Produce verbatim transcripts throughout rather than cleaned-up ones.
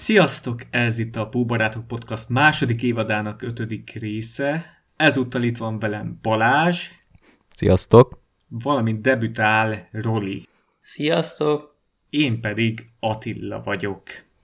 Sziasztok! Ez itt a Póbarátok Podcast második évadának ötödik része. Ezúttal itt van velem Balázs. Sziasztok! Valamint debütál Roli. Sziasztok! Én pedig Attila vagyok.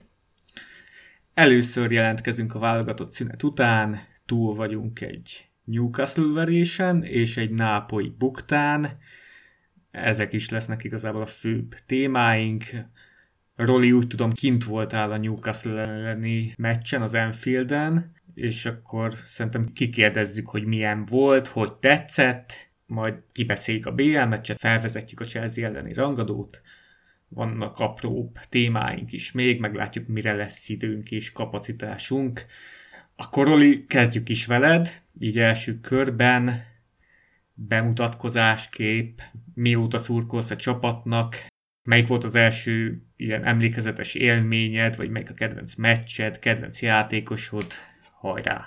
Először jelentkezünk a válogatott szünet után. Túl vagyunk egy Newcastle verésen és egy nápolyi buktán. Ezek is lesznek igazából a főbb témáink. Roli, úgy tudom, kint voltál a Newcastle elleni meccsen, az Anfielden, és akkor szerintem kikérdezzük, hogy milyen volt, hogy tetszett, majd kibeszéljük a bé el meccset, felvezetjük a Chelsea elleni rangadót, vannak apróbb témáink is még, meglátjuk, mire lesz időnk és kapacitásunk. Akkor Roli, kezdjük is veled, így első körben, bemutatkozásképp, mióta szurkolsz a csapatnak, melyik volt az első ilyen emlékezetes élményed, vagy melyik a kedvenc meccsed, kedvenc játékosod? Hajrá!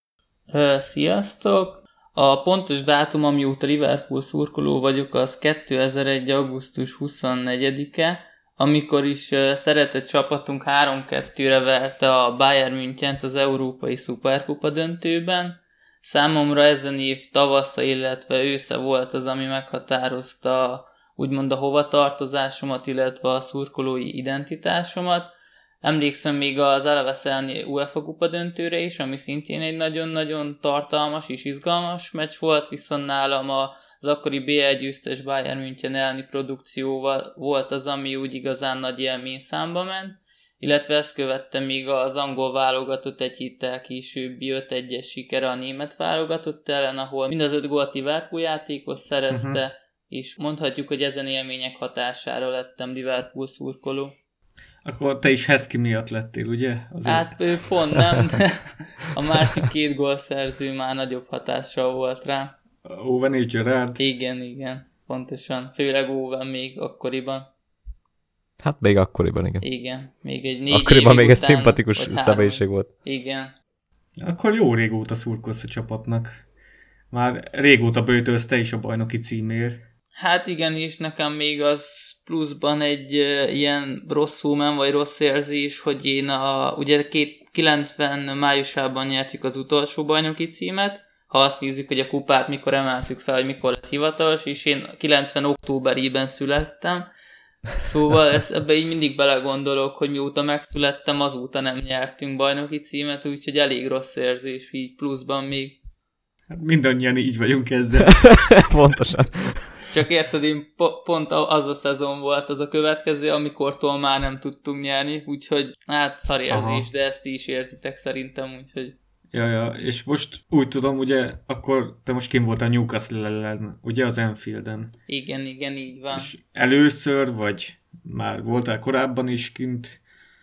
Sziasztok! A pontos dátum, amióta Liverpool szurkoló vagyok, az kétezer-egy. augusztus huszonnegyedike, amikor is szeretett csapatunk három kettőre verte a Bayern Münchent az Európai Szuperkupa döntőben. Számomra ezen év tavasza, illetve ősze volt az, ami meghatározta úgymond a hovatartozásomat, illetve a szurkolói identitásomat. Emlékszem még az Alaves elleni UEFA kupa döntőre is, ami szintén egy nagyon-nagyon tartalmas és izgalmas meccs volt, viszont nálam az akkori bé el győztes Bayern München elleni produkcióval volt az, ami úgy igazán nagy élményszámba ment, illetve ezt követte még az angol válogatott egy héttel későbbi öt egyes sikere a német válogatott ellen, ahol mind az öt gólt Liverpool játékos szerezte, uh-huh. és mondhatjuk, hogy ezen élmények hatására lettem Liverpool szurkoló. Akkor te is Heskey miatt lettél, ugye? Azért... Hát ő pont nem, de a másik két gólszerző már nagyobb hatással volt rá. Owen és Gerrard? Igen, igen, pontosan. Főleg Owen még akkoriban. Hát még akkoriban, igen. Igen, még egy négy akkoriban még után, egy szimpatikus személyiség volt. Igen. Akkor jó régóta szurkolsz a csapatnak. Már régóta böjtölsz is a bajnoki címért. Hát igen, és nekem még az pluszban egy uh, ilyen rossz szómen, vagy rossz érzés, hogy én a, ugye két, kilencven májusában nyertük az utolsó bajnoki címet, ha azt nézzük, hogy a kupát mikor emeltük fel, hogy mikor lett hivatalos, és én kilencven októberében születtem, szóval ezt, ebbe így mindig belegondolok, hogy mióta megszülettem, azóta nem nyertünk bajnoki címet, úgyhogy elég rossz érzés, így pluszban még. Hát mindannyian így vagyunk ezzel. Pontosan. Csak érted, én po- pont az a szezon volt az a következő, amikortól már nem tudtunk nyerni, úgyhogy hát szarérzés, Aha. de ezt ti is érzitek szerintem, úgyhogy... Ja, ja, és most úgy tudom, ugye, akkor te most kint voltál Newcastle ellen, ugye az Anfielden. Igen, igen, így van. És először, vagy már voltál korábban is kint?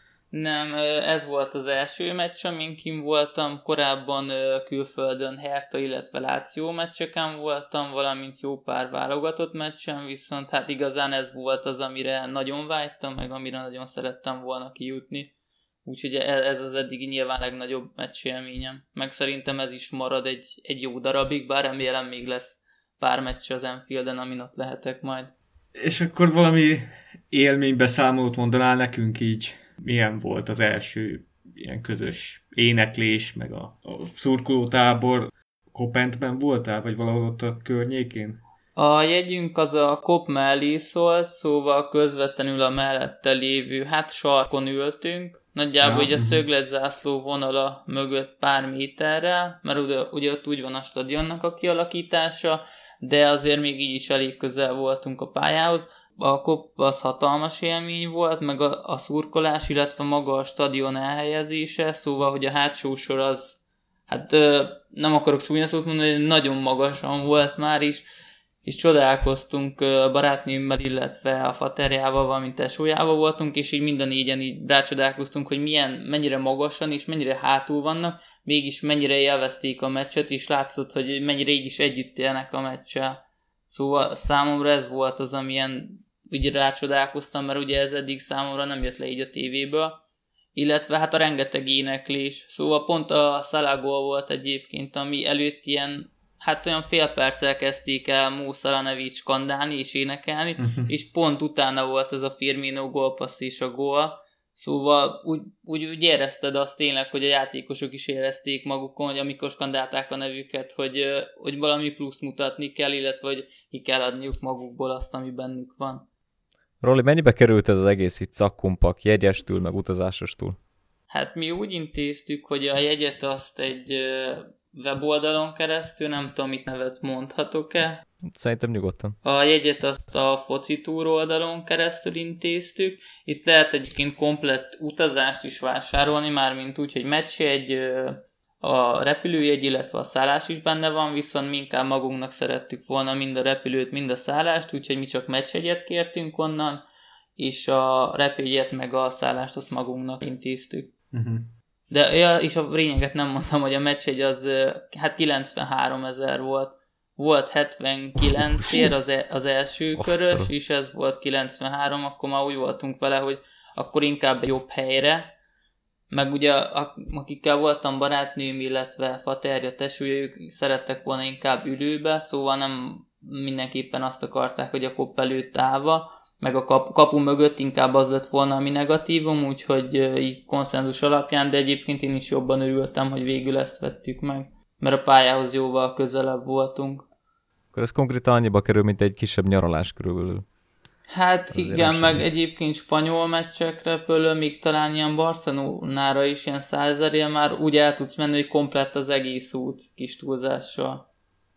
Nem, ez volt az első meccs, amin kint voltam, korábban külföldön Hertha, illetve Láció meccseken voltam, valamint jó pár válogatott meccsen, viszont hát igazán ez volt az, amire nagyon vágytam, meg amire nagyon szerettem volna kijutni. Úgyhogy ez az eddigi nyilván legnagyobb meccsélményem. Meg szerintem ez is marad egy, egy jó darabig, bár remélem még lesz pár meccs az Anfielden, amin ott lehetek majd. És akkor valami élménybeszámolót mondanál nekünk így? Milyen volt az első ilyen közös éneklés, meg a, a szurkolótábor? Kopentben voltál, vagy valahol ott a környékén? A jegyünk az a Kop mellé szólt, szóval közvetlenül a mellette lévő, hát sarkon ültünk. Nagyjából ja, így a szögletzászló vonala mögött pár méterrel, mert ugye, ugye ott úgy van a stadionnak a kialakítása, de azért még így is elég közel voltunk a pályához. A Kop az hatalmas élmény volt, meg a, a szurkolás, illetve maga a stadion elhelyezése, szóval, hogy a hátsó sor az, hát nem akarok csúnya szót mondani, hogy nagyon magasan volt már is, és csodálkoztunk barátnőmmel, illetve a faterjával, valamint tesójával voltunk, és így mind a négyen így rácsodálkoztunk, hogy milyen, mennyire magasan és mennyire hátul vannak, mégis mennyire élvezték a meccset, és látszott, hogy mennyire így is együtt élnek a meccsel. Szóval számomra ez volt az, amilyen úgy rácsodálkoztam, mert ugye ez eddig számomra nem jött le így a tévéből. Illetve hát a rengeteg éneklés. Szóval pont a Salah gól volt egyébként, ami előtt ilyen, hát olyan fél perccel kezdték el Mo Salah nevét skandálni és énekelni, és pont utána volt ez a Firmino gólpassz és a gól. Szóval úgy, úgy, úgy érezted azt tényleg, hogy a játékosok is érezték magukon, hogy amikor skandálták a nevüket, hogy, hogy valami pluszt mutatni kell, illetve hogy ki kell adniuk magukból azt, ami bennük van. Roli, mennyibe került ez az egész itt szakkumpak, jegyestül, meg utazásostól? Hát mi úgy intéztük, hogy a jegyet azt egy weboldalon keresztül, nem tudom, mit nevet mondhatok-e. Szerintem nyugodtan. A jegyet azt a Focitour oldalon keresztül intéztük. Itt lehet egyébként komplett utazást is vásárolni, mármint úgy, hogy meccsjegy, a repülőjegy, illetve a szállás is benne van, viszont mi inkább magunknak szerettük volna mind a repülőt, mind a szállást, úgyhogy mi csak meccsjegyet kértünk onnan, és a repülőjegyet meg a szállást azt magunknak intéztük. Uh-huh. De ja, és a lényeget nem mondtam, hogy a meccsjegy az hát kilencvenhárom ezer volt. Volt hetvenkilencért az, e- az első körös, és ez volt kilencvenhárom, akkor már úgy voltunk vele, hogy akkor inkább egy jobb helyre. Meg ugye akikkel voltam barátnőm, illetve faterja, tesója, ők szerettek volna inkább ülőbe, szóval nem mindenképpen azt akarták, hogy a kop előtt állva, meg a kap- kapu mögött inkább az lett volna, ami negatívum, úgyhogy így konszenzus alapján, de egyébként én is jobban örültem, hogy végül ezt vettük meg, mert a pályához jóval közelebb voltunk. Akkor ez konkrétan annyiba kerül, mint egy kisebb nyaralás körülbelül. Hát azért igen, meg semmi. Egyébként spanyol meccsekre például, még talán ilyen Barcelonára is ilyen százezerért már úgy el tudsz menni, hogy komplett az egész út kis túlzással.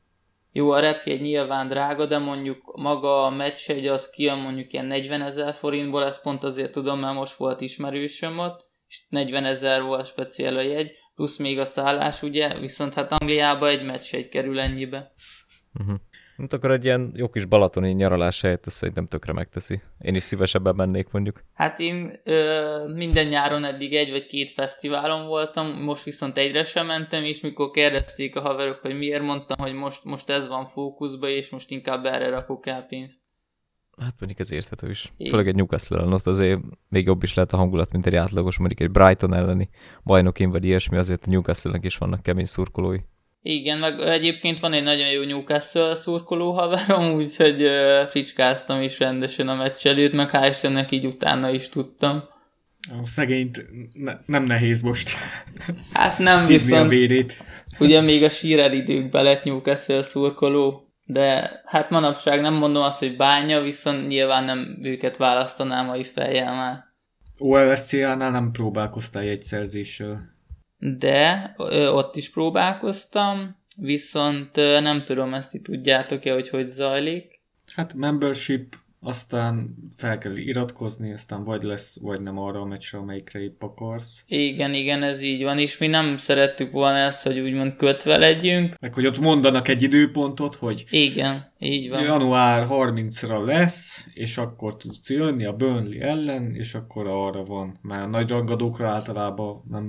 Jó, a repjegy nyilván drága, de mondjuk maga a meccsjegy az kijön mondjuk ilyen negyvenezer forintból, ezt pont azért tudom, mert most volt ismerősöm ott, és negyvenezer volt speciál a jegy, plusz még a szállás, ugye, viszont hát Angliában egy meccsjegy kerül ennyibe. Uh-huh. Hát akkor egy ilyen jó kis balatoni nyaralás helyett ezt szerintem tökre megteszi. Én is szívesebben mennék mondjuk. Hát én ö, minden nyáron eddig egy vagy két fesztiválon voltam, most viszont egyre sem mentem, és mikor kérdezték a haverok, hogy miért, mondtam, hogy most, most ez van fókuszba, és most inkább erre rakok el pénzt. Hát mondjuk ez érthető is. Én. Főleg egy Newcastle ellen, ott azért még jobb is lehet a hangulat, mint egy átlagos, mondjuk egy Brighton elleni bajnokin vagy ilyesmi, azért a Newcastle-nek is vannak kemény szurkolói. Igen, meg egyébként van egy nagyon jó Newcastle szurkoló haverom, úgyhogy uh, fricskáztam is rendesen a meccs előtt, meg hál' Istennek így utána is tudtam. A szegényt ne, nem nehéz most hát nem szívni viszont, a vérét. Ugye még a Shearer időkben lett Newcastle szurkoló, de hát manapság nem mondom azt, hogy bánya, viszont nyilván nem őket választanám mai fejjel már. o el es cé á-nál nem próbálkoztál jegyszerzéssel. De ö, ott is próbálkoztam, viszont ö, nem tudom, ezt itt tudjátok-e, hogy hogy zajlik. Hát membership, aztán fel kell iratkozni, aztán vagy lesz, vagy nem arra a meccsre, amelyikre épp akarsz. Igen, igen, ez így van, és mi nem szerettük volna ezt, hogy úgymond kötve legyünk. Meg hogy ott mondanak egy időpontot, hogy igen, így van. január harmincadikra lesz, és akkor tudsz jönni a Burnley ellen, és akkor arra van. Mert a nagy rangadókra általában nem...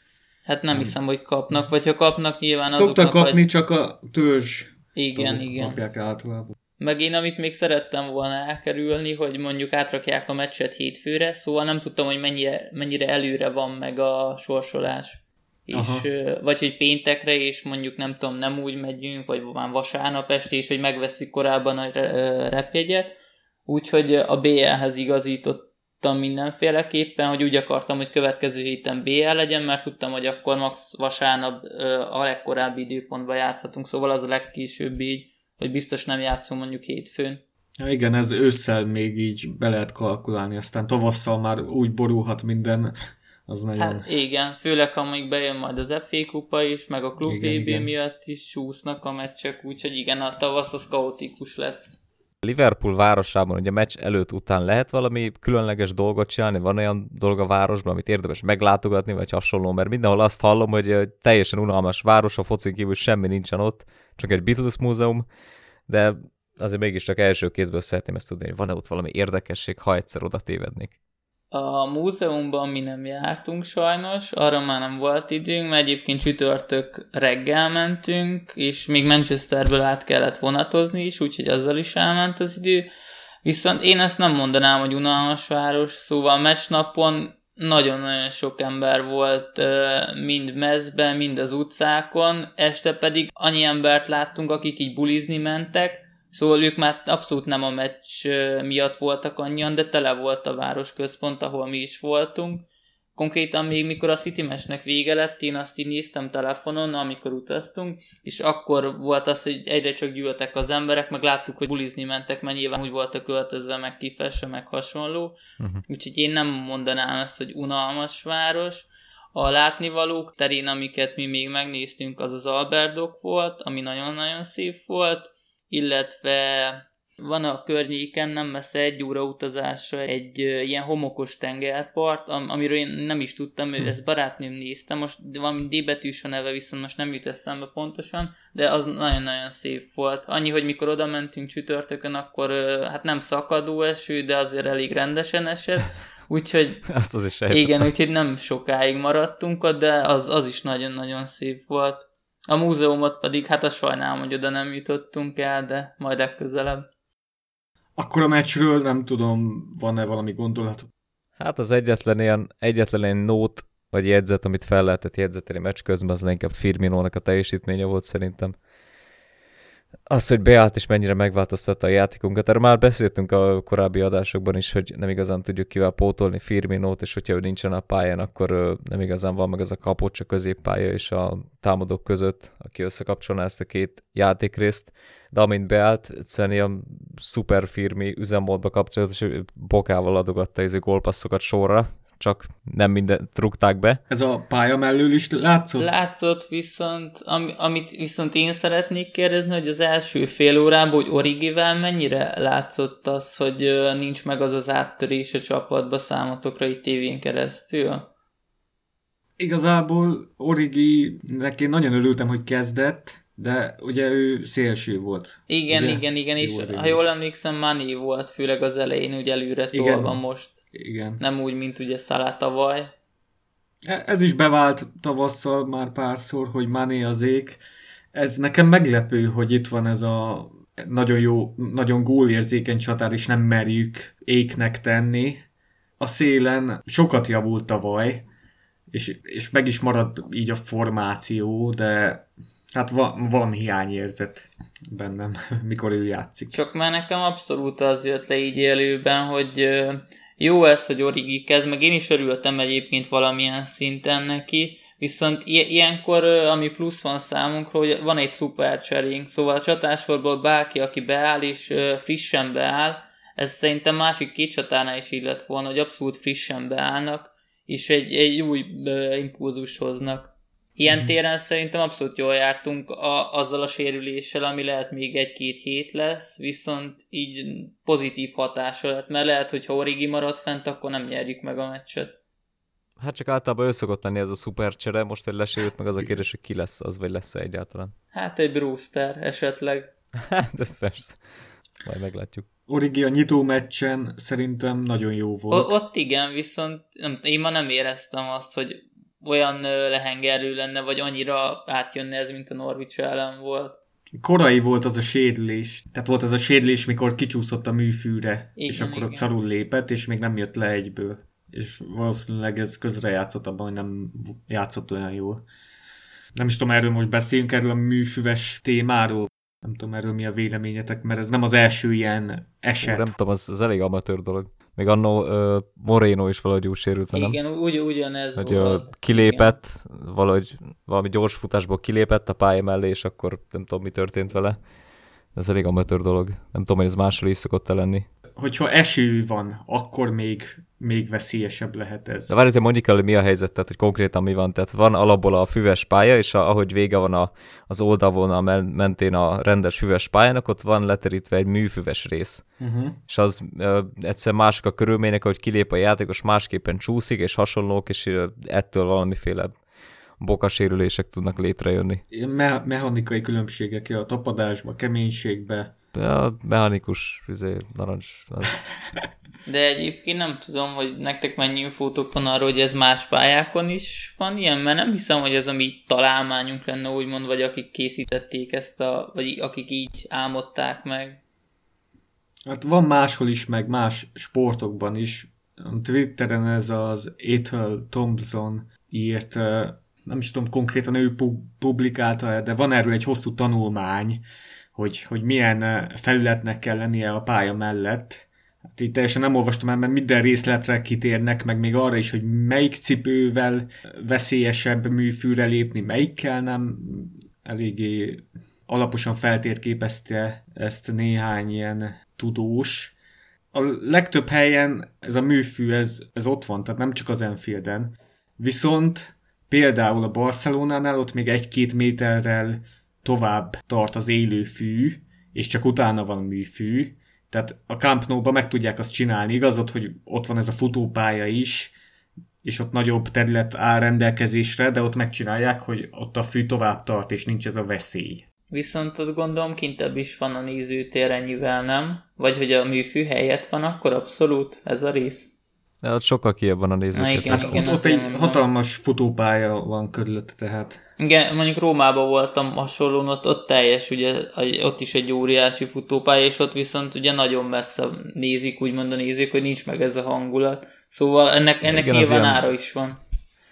Hát nem, nem hiszem, hogy kapnak, vagy ha kapnak nyilván azoknak... Szoktak kapni, vagy... csak a törzs igen, igen. kapják általában. Meg én, amit még szerettem volna elkerülni, hogy mondjuk átrakják a meccset hétfőre, szóval nem tudtam, hogy mennyire, mennyire előre van meg a sorsolás. És, vagy hogy péntekre, és mondjuk nem tudom, nem úgy megyünk, vagy már vasárnap este, és hogy megveszik korábban a repjegyet. Úgyhogy a bé el-hez igazítottam mindenféleképpen, hogy úgy akartam, hogy következő héten bé el legyen, mert tudtam, hogy akkor max vasárnap a legkorábbi időpontban játszhatunk, szóval az a legkésőbb így, hogy biztos nem játszom mondjuk hétfőn. Ja, igen, ez ősszel még így be lehet kalkulálni, aztán tavasszal már úgy borulhat minden, az nagyon... Hát igen, főleg ha még bejön majd az ef á kupa is, meg a klub bé bé miatt is súsznak a meccsek, úgyhogy igen, a tavasz az kaotikus lesz. Liverpool városában ugye meccs előtt után lehet valami különleges dolgot csinálni? Van olyan dolog a városban, amit érdemes meglátogatni, vagy hasonló? Mert mindenhol azt hallom, hogy teljesen unalmas város, a focin kívül semmi nincsen ott, csak egy Beatles múzeum, de azért mégiscsak első kézből szeretném ezt tudni, hogy van-e ott valami érdekesség, ha egyszer oda tévednék. A múzeumban mi nem jártunk sajnos, arra már nem volt időnk, mert egyébként csütörtök reggel mentünk, és még Manchesterből át kellett vonatozni is, úgyhogy azzal is elment az idő. Viszont én ezt nem mondanám, hogy unalmas város, szóval meccsnapon nagyon-nagyon sok ember volt, mind mezben, mind az utcákon, este pedig annyi embert láttunk, akik így bulizni mentek, Szóval ők már abszolút nem a meccs miatt voltak annyian, de tele volt a városközpont, ahol mi is voltunk. Konkrétan még mikor a City Matchnek vége lett, én azt így néztem telefonon, amikor utaztunk, és akkor volt az, hogy egyre csak gyűltek az emberek, meg láttuk, hogy bulizni mentek, mert nyilván úgy voltak öltözve, meg kifesse, meg hasonló. Uh-huh. Úgyhogy én nem mondanám ezt, hogy unalmas város. A látnivalók terén, amiket mi még megnéztünk, az az Albert volt, ami nagyon-nagyon szép volt, illetve van a környéken, nem messze egy óra utazásra egy uh, ilyen homokos tengerpart, am- amiről én nem is tudtam, hm. ezt barátnőm nézte, most valami D betűs a neve, viszont most nem jut eszembe pontosan, de az nagyon-nagyon szép volt. Annyi, hogy mikor oda mentünk csütörtökön, akkor uh, hát nem szakadó eső, de azért elég rendesen esett, úgyhogy azt az is igen, úgyhogy nem sokáig maradtunk ott, de az, az is nagyon-nagyon szép volt. A múzeumot pedig, hát azt sajnálom, hogy oda nem jutottunk el, de majd legközelebb. Akkor a meccsről nem tudom, van-e valami gondolat? Hát az egyetlen ilyen, egyetlen ilyen nót, vagy jegyzet, amit fel lehetett jegyzeteni meccs közben, az inkább Firminónak a teljesítménye volt szerintem. Az, hogy beállt és mennyire megváltoztatta a játékunkat. Erről már beszéltünk a korábbi adásokban is, hogy nem igazán tudjuk kivel pótolni Firminót, és hogyha ő nincsen a pályán, akkor nem igazán van meg az a kapocs a középpálya és a támadók között, aki összekapcsolná ezt a két játékrészt. De amint beállt, egyszerűen ilyen szuper Firmi üzemmódba kapcsolat, és bokával adogatta ez a gólpasszokat sorra, csak nem mindent rúgták be. Ez a pálya mellől is látszott? Látszott, viszont am, amit viszont én szeretnék kérdezni, hogy az első fél órában, hogy Origivel mennyire látszott az, hogy uh, nincs meg az az áttörés a csapatba számotokra itt tévén keresztül? Igazából Origi-nek én nagyon örültem, hogy kezdett, de ugye ő szélső volt. Igen, ugye? igen, igen, és Jó ha jól emlékszem, Mané volt, főleg az elején, ugye előre tolva most. Igen. Nem úgy, mint ugye Salah tavaly. Ez is bevált tavasszal már párszor, hogy Mané az ég. Ez nekem meglepő, hogy itt van ez a nagyon jó, nagyon gólérzékeny csatár, és nem merjük éknek tenni. A szélen sokat javult tavaly, és, és meg is marad így a formáció, de hát van, van hiányérzet bennem, mikor ő játszik. Csak már nekem abszolút az jött le így élőben, hogy jó ez, hogy Origi kezd, meg én is örültem egyébként valamilyen szinten neki, viszont i- ilyenkor, ami plusz van számunkra, hogy van egy szuper cserénk, szóval a csatársorból bárki, aki beáll és frissen beáll, ez szerintem másik két csatárnál is így lett volna, hogy abszolút frissen beállnak, és egy, egy új impulzus hoznak. Ilyen mm. téren szerintem abszolút jól jártunk a, azzal a sérüléssel, ami lehet még egy-két hét lesz, viszont így pozitív hatása lett, mert lehet, hogy ha Origi marad fent, akkor nem nyerjük meg a meccset. Hát csak általában ő szokott lenni ez a szupercsere, most, hogy lesérült meg az a kérdés, hogy ki lesz az, vagy lesz-e egyáltalán. Hát egy Brewster esetleg. Hát ez persze. Majd meglátjuk. Origi a nyitó meccsen szerintem nagyon jó volt. O- ott igen, viszont nem, én ma nem éreztem azt, hogy olyan lehengerlő lenne, vagy annyira átjönne ez, mint a Norwich ellen volt. Korai volt az a sérülés. Tehát volt az a sérülés, mikor kicsúszott a műfűre, igen, és akkor igen. Ott szarul lépett, és még nem jött le egyből. És valószínűleg ez közrejátszott abban, hogy nem játszott olyan jól. Nem is tudom, erről most beszéljünk, erről a műfüves témáról. Nem tudom, erről mi a véleményetek, mert ez nem az első ilyen eset. Ó, nem tudom, az, az elég amatőr dolog. Még annó uh, Moreno is valahogy úgy sérült, nem? Igen, ugy, ugyanez hogy, volt. Uh, kilépett, igen. Valahogy valami gyors futásból kilépett a pálya mellé, és akkor nem tudom, mi történt vele. Ez elég amatőr dolog. Nem tudom, hogy ez máshol is szokott lenni. Hogyha eső van, akkor még, még veszélyesebb lehet ez. De várj, azért mondjuk el, hogy mi a helyzet, tehát hogy konkrétan mi van. Tehát van alapból a füves pálya, és a, ahogy vége van a, az oldalvonal mentén a rendes füves pályának, ott van leterítve egy műfüves rész. Uh-huh. És az uh, egyszerűen mások a körülmények, hogy kilép a játékos, másképpen csúszik, és hasonlók, és uh, ettől valamiféle bokasérülések tudnak létrejönni. Me- mechanikai különbségek a tapadásba, keménységbe. A mechanikus izé, narancs. Az. De egyébként nem tudom, hogy nektek mennyi infótok van arról, hogy ez más pályákon is van ilyen, mert nem hiszem, hogy ez a mi találmányunk lenne, úgymond, vagy akik készítették ezt, a, vagy akik így álmodták meg. Hát van máshol is, meg más sportokban is. A Twitteren ez az Ethel Thompson írt, nem is tudom konkrétan ő publikálta, de van erről egy hosszú tanulmány, hogy, hogy milyen felületnek kell lennie a pálya mellett. Hát itt teljesen nem olvastam el, mert minden részletre kitérnek, meg még arra is, hogy melyik cipővel veszélyesebb műfűre lépni, melyikkel nem. Eléggé alaposan feltérképezte ezt néhány ilyen tudós. A legtöbb helyen ez a műfű, ez, ez ott van, tehát nem csak az Anfielden. Viszont például a Barcelonánál ott még egy-két méterrel tovább tart az élő fű, és csak utána van műfű. Tehát a Camp Nou-ban meg tudják azt csinálni. Igazad, hogy ott van ez a futópálya is, és ott nagyobb terület áll rendelkezésre, de ott megcsinálják, hogy ott a fű tovább tart, és nincs ez a veszély. Viszont ott gondolom kintebb is van a nézőtér ennyivel, nem? Vagy hogy a műfű helyett van, akkor abszolút ez a rész? De ott sokkal kijebb van a nézőtér. Hát ott, ott egy hatalmas futópálya van körülötte, tehát. Igen, mondjuk Rómában voltam hasonlón, ott, ott teljes, ugye, ott is egy óriási futópálya, és ott viszont ugye nagyon messze nézik, úgymond a nézők, hogy nincs meg ez a hangulat. Szóval ennek, ennek igen, nyilván ára ilyen, is van.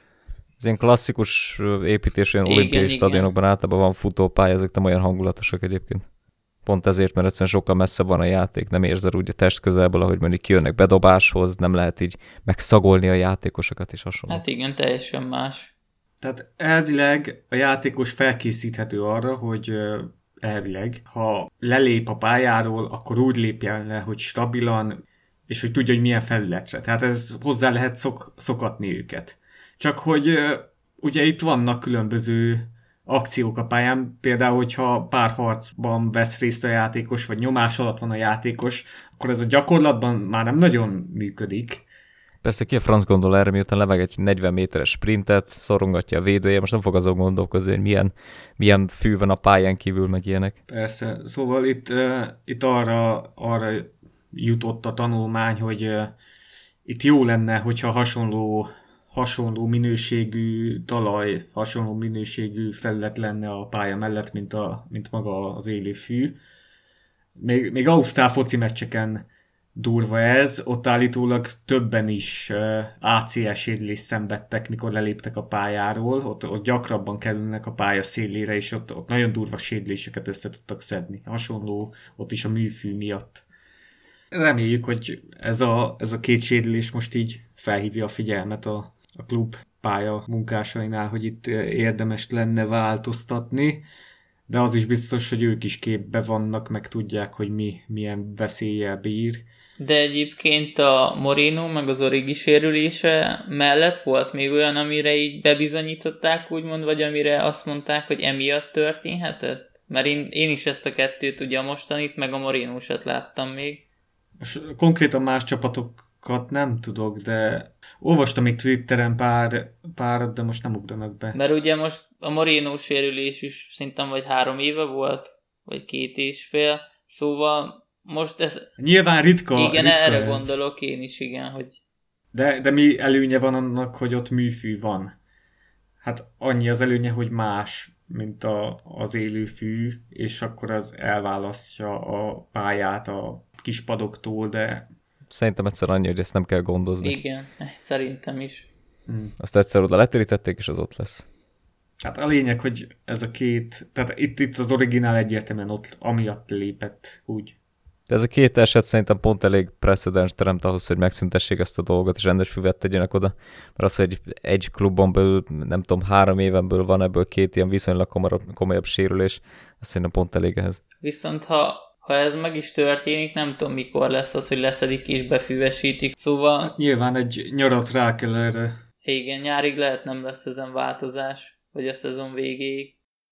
Az ilyen klasszikus építésű ilyen olimpiai igen, stadionokban igen. Általában van futópálya, ezek nem olyan hangulatosak egyébként. Pont ezért, mert egyszerűen sokkal messze van a játék, nem érzed úgy a test közelből, ahogy mondjuk kijönnek bedobáshoz, nem lehet így megszagolni a játékosokat is hasonló. Hát igen, teljesen más. Tehát elvileg a játékos felkészíthető arra, hogy elvileg, ha lelép a pályáról, akkor úgy lépjen le, hogy stabilan, és hogy tudja, hogy milyen felületre. Tehát ez hozzá lehet szok, szokatni őket. Csak hogy ugye itt vannak különböző akciók a pályán, például, hogyha pár harcban vesz részt a játékos, vagy nyomás alatt van a játékos, akkor ez a gyakorlatban már nem nagyon működik. Persze ki a franc gondol erre, miután leveg egy negyven méteres sprintet, szorongatja a védője, most nem fog azon gondolkozni, hogy milyen, milyen fű van a pályán kívül, meg ilyenek. Persze, szóval itt, uh, itt arra, arra jutott a tanulmány, hogy uh, itt jó lenne, hogyha hasonló hasonló minőségű talaj, hasonló minőségű felület lenne a pálya mellett, mint, a, mint maga az élő fű. Még, még ausztrál foci meccseken durva ez, ott állítólag többen is uh, á cé el sérülést szenvedtek, mikor leléptek a pályáról, ott, ott gyakrabban kerülnek a pálya szélére, és ott, ott nagyon durva sérüléseket össze tudtak szedni. Hasonló ott is a műfű miatt. Reméljük, hogy ez a, ez a két sérülés most így felhívja a figyelmet a a klub pálya munkásainál, hogy itt érdemes lenne változtatni, de az is biztos, hogy ők is képbe vannak, meg tudják, hogy mi milyen veszéllyel bír. De egyébként a Moreno meg az Origi sérülése mellett volt még olyan, amire így bebizonyították, úgymond, vagy amire azt mondták, hogy emiatt történhetett? Mert én, én is ezt a kettőt, ugye a mostanit, meg a Moreno-sat láttam még. Most konkrétan más csapatok nem tudok, de olvastam még Twitteren pár, párat, de most nem ugranak be. Mert ugye most a Moreno sérülés is szerintem vagy három éve volt, vagy két és fél, szóval most ez... Nyilván ritka, igen, ritka erre ez. gondolok én is, igen, hogy... De, de mi előnye van annak, hogy ott műfű van? Hát annyi az előnye, hogy más, mint a, az élő fű, és akkor az elválasztja a pályát a kis padoktól, de... Szerintem egyszer annyi, hogy ezt nem kell gondozni. Igen, szerintem is. Hmm. Azt egyszer oda letérítették, és az ott lesz. Hát a lényeg, hogy ez a két, tehát itt, itt az originál egyértelműen ott amiatt lépett úgy. De ez a két eset szerintem pont elég precedens teremt ahhoz, hogy megszüntessék ezt a dolgot, és rendes füvet tegyenek oda. Mert az, hogy egy klubon belül, nem tudom, három évenből van ebből két ilyen viszonylag komolyabb, komolyabb sérülés, ez szerintem pont elég ehhez. Viszont ha Ha ez meg is történik, nem tudom mikor lesz az, hogy leszedik és befüvesítik. Szóval... Hát nyilván egy nyarat rá kell erre. Igen, nyárig lehet nem lesz ezen változás, vagy a szezon végéig.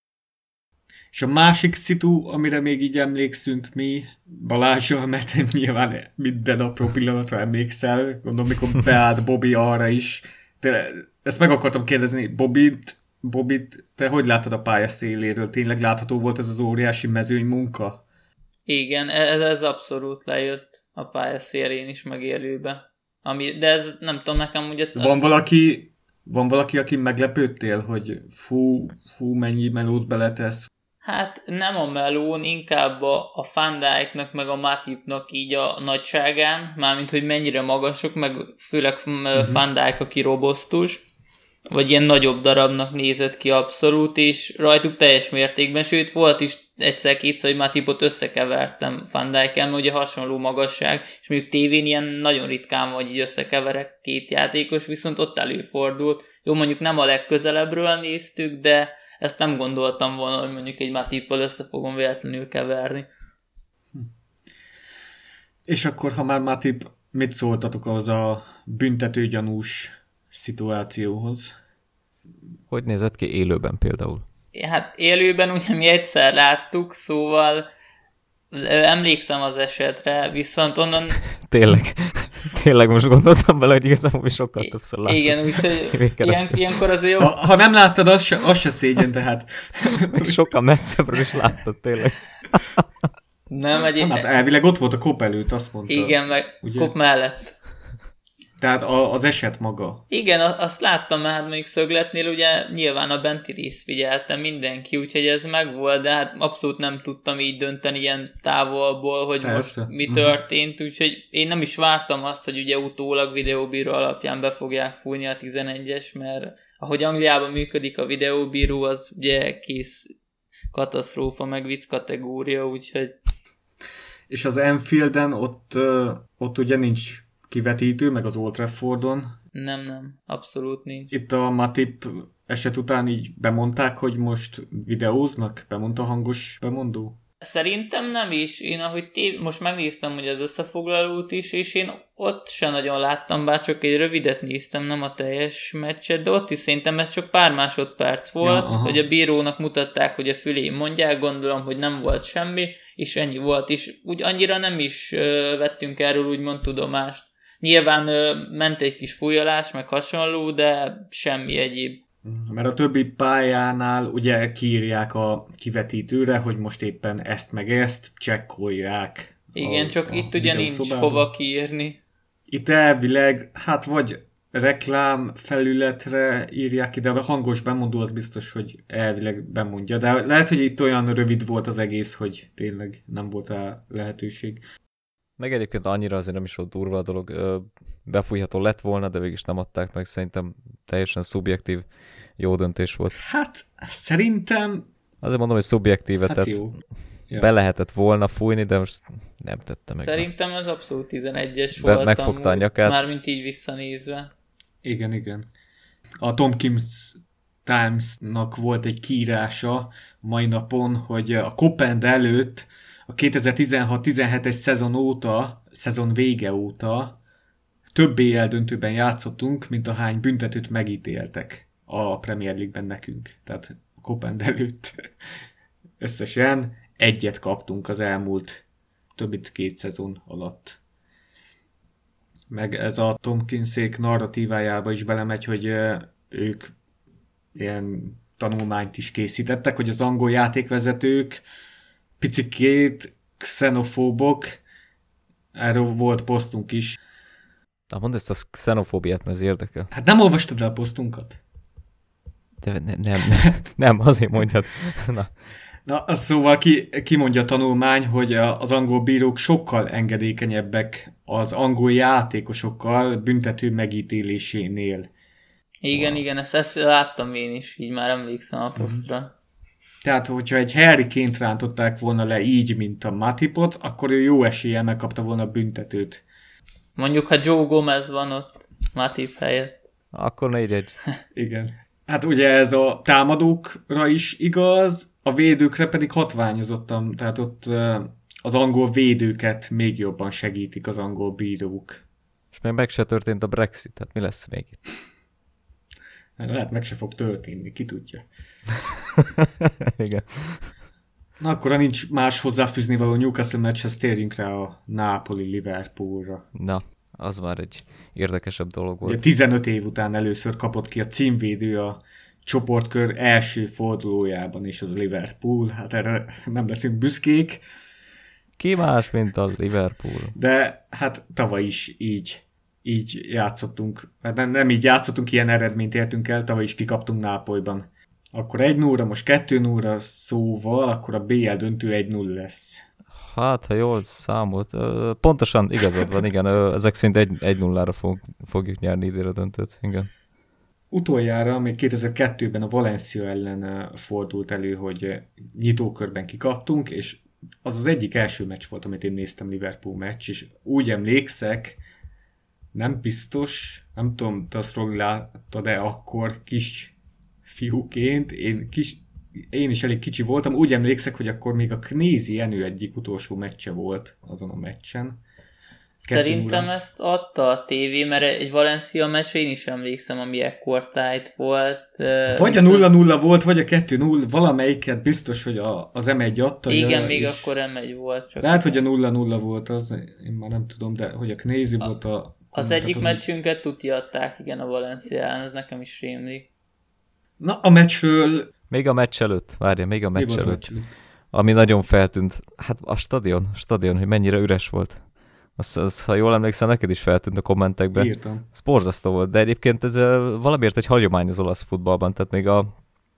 És a másik szitu, amire még így emlékszünk mi, Balázsjal, mert nyilván minden apró pillanatra emlékszel, gondolom, mikor beállt Bobby arra is. De ezt meg akartam kérdezni, Bobbyt, Bobbyt, te hogy látod a pálya széléről? Tényleg látható volt ez az óriási mezőny munka? Igen, ez, ez abszolút lejött a pálya szélén is, meg élőbe. Ami, de ez nem tudom, nekem ugye... Van valaki, van valaki, aki meglepődtél, hogy fú, fú, mennyi melót beletesz? Hát nem a melón, inkább a, a Van Dijknak meg a Matipnak így a nagyságán, mármint hogy mennyire magasok, meg főleg uh-huh. Van Dijk, aki robosztus. vagy ilyen nagyobb darabnak nézett ki abszolút, és rajtuk teljes mértékben, sőt volt is egyszer-kétszer, hogy Matipot összekevertem Van Dijken, ugye hasonló magasság, és mondjuk tévén ilyen nagyon ritkán vagy így összekeverek két játékos, viszont ott előfordult. Jó, mondjuk nem a legközelebbről néztük, de ezt nem gondoltam volna, hogy mondjuk egy Matippal össze fogom véletlenül keverni. És akkor, ha már Matip, mit szóltatok az a büntetőgyanús szituációhoz? Hogy nézett ki élőben például? Hát élőben ugye mi egyszer láttuk, szóval emlékszem az esetre, viszont onnan... Tényleg, tényleg most gondoltam bele, hogy igazából mi sokkal többször láttuk. Igen, úgyhogy ilyen, ilyenkor azért jó... Ha, ha nem láttad, az se, az se szégyen, tehát... Még sokkal messzebbről is láttad, tényleg. Nem, egy... Nem, hát elvileg ott volt a kop előtt, azt mondta. Igen, meg ugye? Kop mellett. Tehát a, az eset maga. Igen, azt láttam, mert hát mondjuk szögletnél ugye nyilván a benti részt figyelte mindenki, úgyhogy ez megvolt, de hát abszolút nem tudtam így dönteni ilyen távolból, hogy Persze. most mi történt, úgyhogy én nem is vártam azt, hogy ugye utólag videóbíró alapján be fogják fújni a tizenegyes, mert ahogy Angliában működik a videóbíró, az ugye kész katasztrófa, meg vicc kategória, úgyhogy... És az Anfielden ott, ott ugye nincs kivetítő, meg az Old Traffordon. Nem, nem, abszolút nincs. Itt a Matip eset után így bemondták, hogy most videóznak? Bemondta hangos bemondó? Szerintem nem is. Én ahogy tév... most megnéztem hogy az összefoglalót is, és én ott sem nagyon láttam, bár csak egy rövidet néztem, nem a teljes meccset, de ott is szerintem ez csak pár másodperc volt, ja, hogy a bírónak mutatták, hogy a fülén mondják, gondolom, hogy nem volt semmi, és ennyi volt, és úgy annyira nem is uh, vettünk erről úgymond tudomást. Nyilván uh, ment egy kis fújolás, meg hasonló, de semmi egyéb. Mert a többi pályánál ugye kiírják a kivetítőre, hogy most éppen ezt meg ezt csekkolják. Igen, a, csak a itt ugye nincs hova kiírni. Itt elvileg, hát vagy reklám felületre írják ki, de a hangos bemondó az biztos, hogy elvileg bemondja. De lehet, hogy itt olyan rövid volt az egész, hogy tényleg nem volt rá lehetőség. Meg egyébként annyira azért nem is volt durva a dolog. Befújható lett volna, de végig nem adták meg. Szerintem teljesen szubjektív, jó döntés volt. Hát, szerintem... Azért mondom, hogy szubjektíve, hát tehát jó. Ja. Be lehetett volna fújni, de most nem tette meg. Szerintem ez abszolút tizenegyes Be, volt. megfogta a nyakát. Mármint így visszanézve. Igen, igen. A Tompkins Times-nak volt egy kiírása mai napon, hogy a Kopend előtt a kétezer-tizenhat tizenhetes szezon óta, szezon vége óta több bé el döntőben játszottunk, mint ahány büntetőt megítéltek a Premier League-ben nekünk. Tehát a Kopend előtt összesen egyet kaptunk az elmúlt több mint két szezon alatt. Meg ez a Tompkinsék narratívájába is belemegy, hogy ők ilyen tanulmányt is készítettek, hogy az angol játékvezetők picikét xenofóbok, erről volt posztunk is. Na, mondd ezt a xenofóbiát, mert ez érdekel. Hát nem olvastad el a posztunkat? De ne, nem, nem, nem, azért mondjad. Na. Na, az szóval ki, ki mondja a tanulmány, hogy az angol bírók sokkal engedékenyebbek az angol játékosokkal büntető megítélésénél. Igen, wow. igen, ezt, ezt láttam én is, így már emlékszem a posztra. Uh-huh. Tehát, hogyha egy Harry Kane-t rántották volna le így, mint a Matipot, akkor ő jó eséllyel megkapta volna a büntetőt. Mondjuk, ha Joe Gomez van ott Matip helyett. Akkor négy egy. Igen. Hát ugye ez a támadókra is igaz, a védőkre pedig hatványozottan, tehát ott az angol védőket még jobban segítik az angol bírók. És még meg se történt a Brexit, tehát mi lesz még itt? Lehet meg se fog történni, ki tudja. Igen. Na akkor, ha nincs más hozzáfűzni való Newcastle meccshez, térjünk rá a Napoli-Liverpoolra. Na, az már egy érdekesebb dolog volt. Ugye tizenöt év után először kapott ki a címvédő a csoportkör első fordulójában, és az Liverpool, hát erre nem leszünk büszkék. Ki más, mint a Liverpool? De hát tavaly is így, így játszottunk, hát nem, nem így játszottunk, ilyen eredményt értünk el, tavaly is kikaptunk Nápolyban. Akkor egy nulla, most kettő nulla szóval, akkor a bé el döntő egy nulla lesz. Hát, ha jól számolt, pontosan igazad van, igen, ezek szerint egy, egy nullára fog, fogjuk nyerni idére döntőt, igen. utoljára még kétezer-kettőben a Valencia ellen fordult elő, hogy nyitókörben kikaptunk, és az az egyik első meccs volt, amit én néztem, Liverpool meccs, és úgy emlékszek, nem biztos, nem tudom, te azt láttad-e akkor kis fiúként, én, kis, én is elég kicsi voltam, úgy emlékszek, hogy akkor még a Knézi Jenő egyik utolsó meccse volt azon a meccsen. Szerintem ezt adta a tévé, mert egy Valencia meccsre én is emlékszem, ami ekkor tájt volt. Vagy viszont... a nulla nulla volt, vagy a kettő nulla, valamelyiket biztos, hogy a, az em egy adta. Igen, még akkor em egy volt. Csak lehet, hogy a nulla nulla volt az, én már nem tudom, de hogy a Knézi a, volt a... Az egyik meccsünket tuti adták, igen, a Valencia ellen, ez nekem is rémlik. Na, a meccsről... Még a meccs előtt, várja, még a meccs előtt. A meccs előtt. Ami nagyon feltűnt, hát a stadion, a stadion, hogy mennyire üres volt. Az, az, ha jól emlékszem, neked is feltűnt a kommentekben. Írtam. Ez borzasztó volt, de egyébként ez valamiért egy hagyomány az olasz futballban, tehát még a,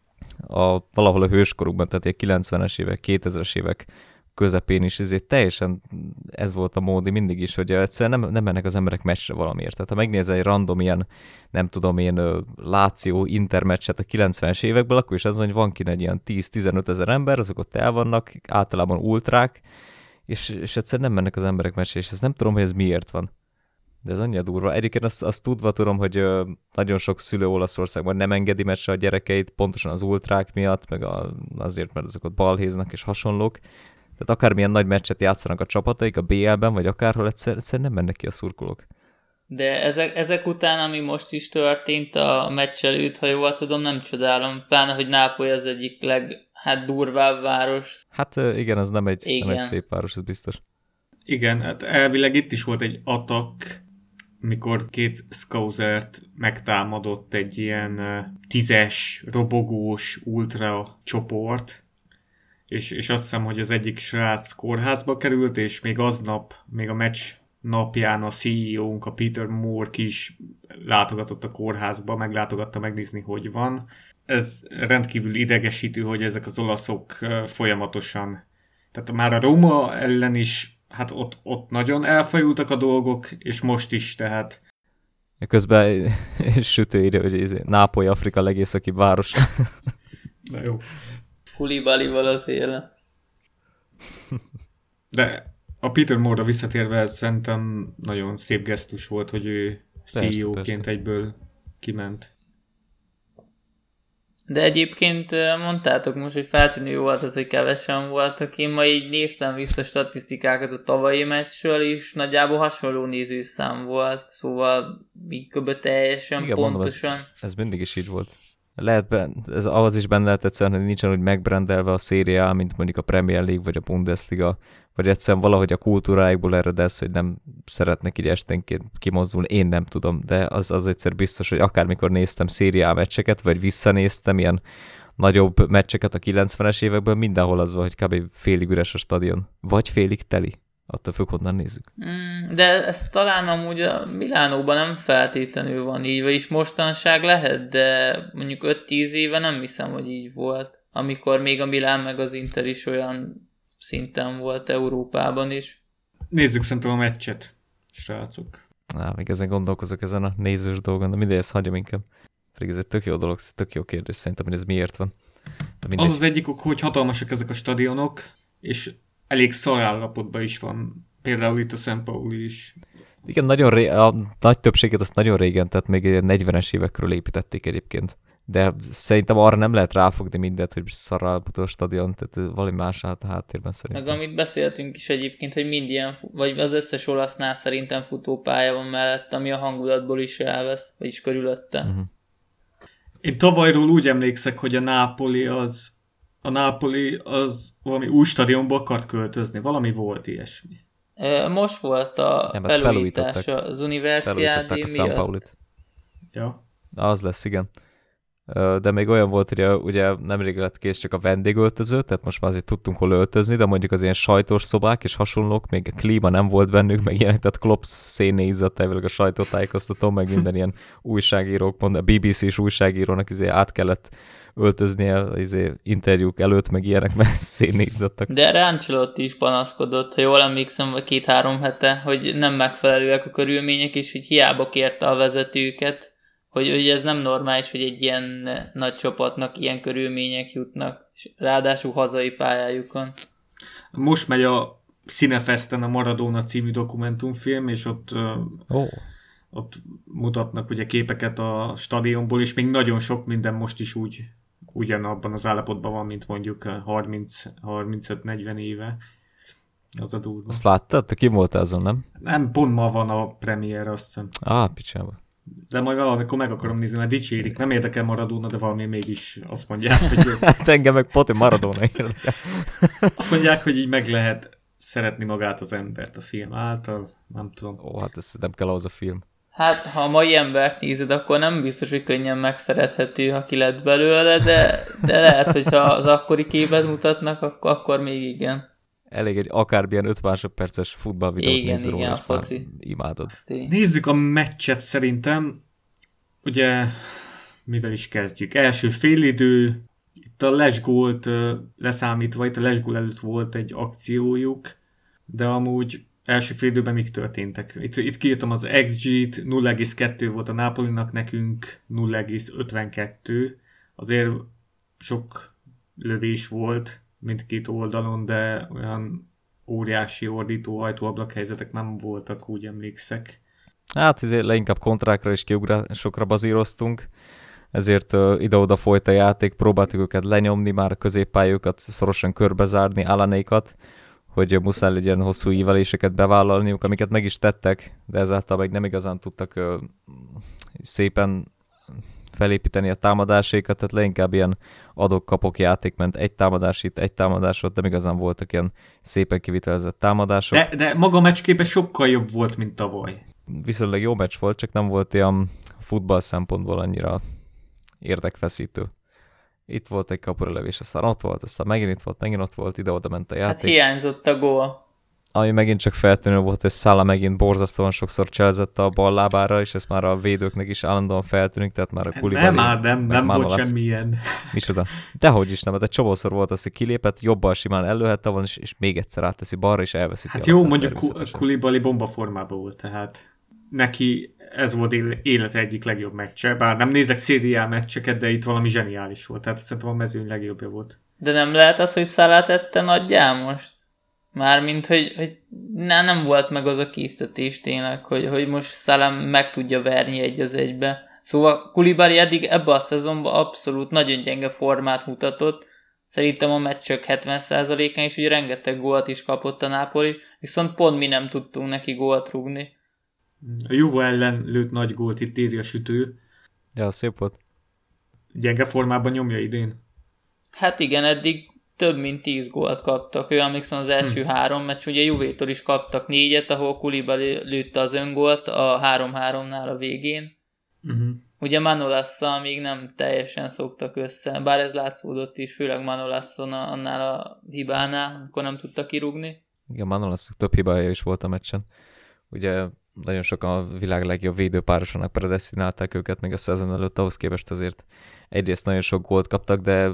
a valahol a hőskorukban, tehát a kilencvenes évek, kétezres évek közepén is, ezért teljesen ez volt a módi mindig is, hogy egyszerűen nem, nem mennek az emberek meccsre valamiért. Tehát ha megnézel egy random ilyen, nem tudom én, Láció intermeccset a kilencvenes évekből, akkor is az van, hogy van kint egy ilyen tíz-tizenöt ezer ember, azok ott el vannak, általában ultrák, és, és egyszerűen nem mennek az emberek meccsre, és ezt nem tudom, hogy ez miért van. De ez annyira durva. Egyébként azt, azt tudva tudom, hogy ö, nagyon sok szülő Olaszországban nem engedi meccsre a gyerekeit, pontosan az ultrák miatt, meg a, azért, mert azok ott balhéznak és hasonlók. Tehát akármilyen nagy meccset játszanak a csapataik, a bé el-ben, vagy akárhol, egyszerűen egyszer nem mennek ki a szurkolók. De ezek, ezek után, ami most is történt a meccs előtt, ha jól tudom, nem csodálom. Pláne, hogy Nápoly az egyik leg... Hát durvább város. Hát igen, az nem egy, nem egy szép város, ez biztos. Igen, hát elvileg itt is volt egy atak, mikor két Scousert megtámadott egy ilyen tízes, robogós ultra csoport, és, és azt hiszem, hogy az egyik srác kórházba került, és még aznap, még a meccs napján a cé e ó-nk, a Peter Moore is látogatott a kórházba, meglátogatta megnézni, hogy van. Ez rendkívül idegesítő, hogy ezek az olaszok folyamatosan, tehát már a Roma ellen is, hát ott, ott nagyon elfajultak a dolgok, és most is, tehát. Közben sütő írja, hogy Nápoly Afrika legészakibb városa. Na jó. Koulibalyval az éle. De a Peter Moore-ra visszatérve, ez szerintem nagyon szép gesztus volt, hogy ő cé e ó-ként egyből kiment. De egyébként mondtátok most, hogy feltűnő volt az, hogy kevesen voltak. Én ma így néztem vissza statisztikákat a tavalyi meccsről, és nagyjából hasonló nézőszám volt, szóval így kb. Teljesen igen, pontosan. Mondom, ez, ez mindig is így volt. Lehet benne, ez ahhoz is benne lehet egyszerűen, hogy nincsen úgy megbrendelve a Serie A, mint mondjuk a Premier League vagy a Bundesliga, vagy egyszerűen valahogy a kultúráikból ered ez, hogy nem szeretnek így esténként kimozdulni, én nem tudom, de az, az egyszer biztos, hogy akármikor néztem Serie A meccseket, vagy visszanéztem ilyen nagyobb meccseket a kilencvenes évekből, mindenhol az van, hogy kb. Félig üres a stadion, vagy félig teli. Attól függ, honnan nézzük. Mm, de ez talán amúgy a Milánóban nem feltétlenül van így, vagyis mostanság lehet, de mondjuk öt-tíz éve nem hiszem, hogy így volt. Amikor még a Milán meg az Inter is olyan szinten volt Európában is. Nézzük szerintem a meccset, srácok. Á, még ezen gondolkozok, ezen a nézős dolgon, de mindegy, ezt hagyom inkább. Pedig ez egy tök jó dolog, tök jó kérdés szerintem, hogy ez miért van. Az az egyik ok, hogy hatalmasak ezek a stadionok, és elég szar állapotban is van. Például itt a Szent Pauli is. Igen, nagyon ré- a nagy többséget azt nagyon régen, tehát még negyvenes évekről építették egyébként. De szerintem arra nem lehet ráfogni mindent, hogy szar állapotú a stadion, tehát valami más állt a háttérben szerintem. Meg amit beszéltünk is egyébként, hogy mind ilyen, vagy az összes olasznál szerintem futópálya van mellett, ami a hangulatból is elvesz, vagyis körülötte. Uh-huh. Én tavalyról úgy emlékszek, hogy a Napoli az a Napoli az valami új stadionba akart költözni. Valami volt ilyesmi. Most volt a nem, felújítás az Universiadi miatt. Ja. Az lesz, igen. De még olyan volt, hogy ugye nemrég lett kész csak a vendégöltöző, tehát most már azért tudtunk hol öltözni, de mondjuk az ilyen sajtós szobák és hasonlók, még a klíma nem volt bennük, meg ilyenek, tehát Klopp szénné izzadt elvileg a sajtótájékoztató, meg minden ilyen újságírók, mond, a bé bé cés újságírónak izé át kellett öltöznie izé, interjúk előtt, meg ilyenek, mert szénné izzadtak. De Ancelotti is panaszkodott, ha jól emlékszem, vagy két-három hete, hogy nem megfelelőek a körülmények, és hogy hiába kérte a vezetőket, hogy, hogy ez nem normális, hogy egy ilyen nagy csapatnak ilyen körülmények jutnak, és ráadásul hazai pályájukon. Most megy a Cinefesten a Maradona című dokumentumfilm, és ott, oh. ott mutatnak ugye képeket a stadionból, és még nagyon sok minden most is úgy ugyanabban az állapotban van, mint mondjuk harminc harmincöt negyven éve. Az a durva. Azt láttad? Te kim voltál azon, nem? Nem, pont ma van a premier, azt hiszem. Á, ah, picsába. De majd valamikor meg akarom nézni, mert dicsérik. Nem érdekel Maradona, de valami mégis azt mondják, hogy... Hát engem meg poti Maradona érdekel. Azt mondják, hogy így meg lehet szeretni magát az embert a film által. Nem tudom. Ó, hát ez nem kell ahhoz a film. Hát, ha a mai embert nézed, akkor nem biztos, hogy könnyen megszerethető, ha ki lett belőle, de, de lehet, hogyha az akkori képet mutatnak, akkor, akkor még igen. Elég egy akármilyen öt másodperces futballvideót nézni róla, és már imádod. Nézzük a meccset szerintem. Ugye, mivel is kezdjük? Első félidő, itt a lesgólt leszámítva, itt a lesgól előtt volt egy akciójuk, de amúgy első félidőben mik történtek? Itt, itt kiírtam az iksz gé-t, nulla egész kettő volt a Napolinak, nekünk nulla egész ötvenkettő. Azért sok lövés volt mindkét oldalon, de olyan óriási ordító ajtóablak helyzetek nem voltak, úgy emlékszek. Hát ezért leinkább kontrákra és kiugrásokra bazíroztunk, ezért uh, ide-oda folyt a játék, próbáltuk őket lenyomni, már a középpályukat szorosan körbezárni, állanékat, hogy muszáj legyen hosszú íveléseket bevállalniuk, amiket meg is tettek, de ezáltal meg nem igazán tudtak uh, szépen felépíteni a támadásékat, tehát leinkább ilyen adok-kapok játék ment, egy támadás itt, egy támadás ott, de igazán voltak ilyen szépen kivitelezett támadások. De, de maga a meccsképe sokkal jobb volt, mint tavaly. Viszonylag jó meccs volt, csak nem volt ilyen futball szempontból annyira érdekfeszítő. Itt volt egy kapuralövés, aztán ott volt, aztán megint itt volt, megint ott volt, ide-oda ment a játék. Hát hiányzott a gól. Ami megint csak feltűnő volt, hogy Salah megint borzasztóan sokszor cselezett a bal lábára, és ez már a védőknek is állandóan feltűnik, tehát már a Koulibaly... Nem, már nem, nem volt semmilyen. Micsoda? Dehogy is nem, de egy csomószor volt az, hogy kilépett, jobbal simán ellőhette volna, és, és még egyszer átteszi balra, és elveszíti. Hát jó, mondjuk Koulibaly bombaformában volt, tehát neki ez volt élete egyik legjobb meccse, bár nem nézek szériá meccseket, de itt valami zseniális volt, tehát szerintem a mezőny legjobbja volt. De nem lehet az, hogy Salah tette nagyjá most? Mármint, hogy, hogy ne, nem volt meg az a késztetés tényleg, hogy, hogy most Salah meg tudja verni egy az egybe. Szóval Koulibaly eddig ebbe a szezonban abszolút nagyon gyenge formát mutatott. Szerintem a meccsök hetven százalékán is, hogy rengeteg gólt is kapott a Napoli, viszont pont mi nem tudtunk neki gólt rúgni. A Juve ellen lőtt nagy gólt, itt írja Sütő. Ja, szép volt. Gyenge formában nyomja idén. Hát igen, eddig több mint tíz gólt kaptak. Ő emlékszem az első hm. három meccs, ugye Juvétól is kaptak négyet, ahol Koulibaly lőtte az öngólt a három-háromnál a végén. Uh-huh. Ugye Manolásszal még nem teljesen szoktak össze, bár ez látszódott is, főleg Manolasson annál a hibánál, akkor nem tudta kirúgni. Igen, Manolászok több hibája is volt a meccsen. Ugye nagyon sokan a világ legjobb védőpárosának predesztinálták őket még a szezon előtt, ahhoz képest azért egyrészt nagyon sok gólt kaptak, de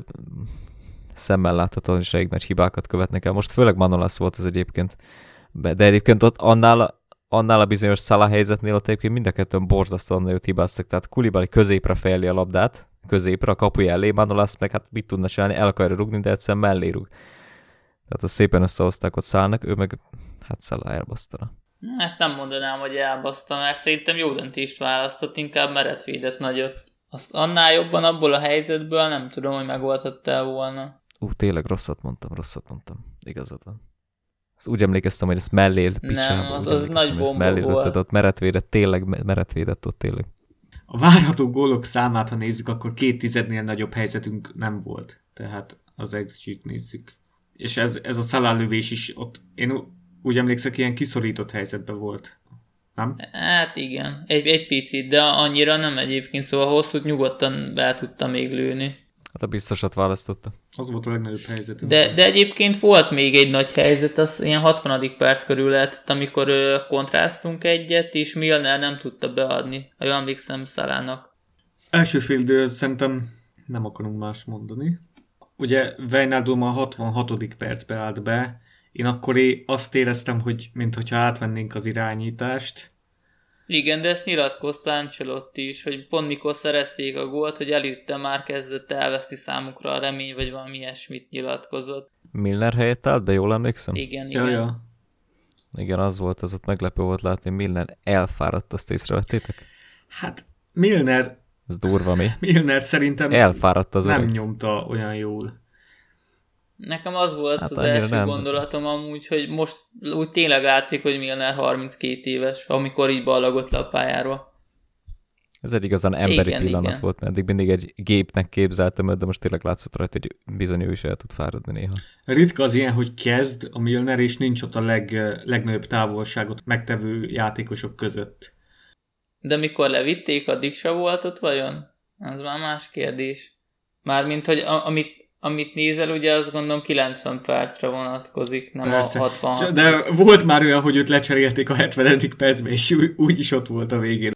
szemmel láthatóan is elég nagy hibákat követnek el. Most főleg Manolász volt ez egyébként, de egyébként ott annál, annál a bizonyos Salah helyzetnél ott egyébként mind a kettőn borzasztóan nagyot hibáztak, tehát Koulibaly középre fejeli a labdát, középre a kapuja elé, Manolász meg hát mit tudna csinálni, el akarja rugni, de egyszerűen mellé rúg. Tehát azt szépen összehozták ott Salahnak, ő meg hát Salah elbasztana. Hát nem mondanám, hogy elbaszta, mert szerintem jó döntést választott, inkább meret védett nagyot. Azt annál jobban abból a helyzetből nem tudom, hogy megoldhattál volna. Ú, uh, tényleg rosszat mondtam, rosszat mondtam. Igazad van. Azt úgy emlékeztem, hogy ezt mellél picsába. Nem, az, az nagy bomba volt. Ott meret védett, tényleg meret védett ott tényleg. A várható gólok számát, ha nézzük, akkor két tizednél nagyobb helyzetünk nem volt. Tehát az iksz gét nézzük. És ez, ez a Salah lövés is ott, én úgy emlékszek, ilyen kiszorított helyzetben volt. Nem? Hát igen, egy, egy picit, de annyira nem egyébként, szóval hosszút nyugodtan be tudta még lőni. Hát a biztosat választotta. Az volt a legnagyobb helyzetünk. De, de egyébként volt még egy nagy helyzet, az ilyen hatvanadik perc körül lehetett, amikor ö, kontráztunk egyet, és Milner nem tudta beadni, ha jól emlékszem Salahnak. Első fél szerintem nem akarunk más mondani. Ugye Wijnaldum a hatvanhatodik percbe állt be, én akkor azt éreztem, hogy mintha átvennénk az irányítást, Igen, de ezt nyilatkozta Ancelotti is, hogy pont mikor szerezték a gólt, hogy előtte már kezdett elveszti számukra a remény, vagy valami ilyesmit nyilatkozott. Milner helyett állt be, jól emlékszem? Igen, Ja, igen. ja. Igen, az volt, az ott meglepő volt látni, Milner elfáradt, azt észrevettétek? Hát Milner, Ez durva, mi? Milner szerintem Elfáradt az nem öreg. nyomta olyan jól. Nekem az volt Hát az annyira első nem. gondolatom amúgy, hogy most úgy tényleg látszik, hogy Milner harminckét éves, amikor így ballagott le a pályáról. Ez egy igazán emberi Igen, pillanat igen. volt, mert eddig mindig egy gépnek képzeltem őt, de most tényleg látszott rajta, hogy bizony ő is el tud fáradni néha. Ritka az ilyen, hogy kezd a Milner, és nincs ott a leg, legnagyobb távolságot megtevő játékosok között. De mikor levitték, addig se volt ott vajon? Az már más kérdés. Mármint, hogy a, amit, amit nézel, ugye azt gondolom kilencven percre vonatkozik, nem Persze. a hatvanhat. De volt már olyan, hogy őt lecserélték a hetvenedik percben, és ú- úgy is ott volt a végén.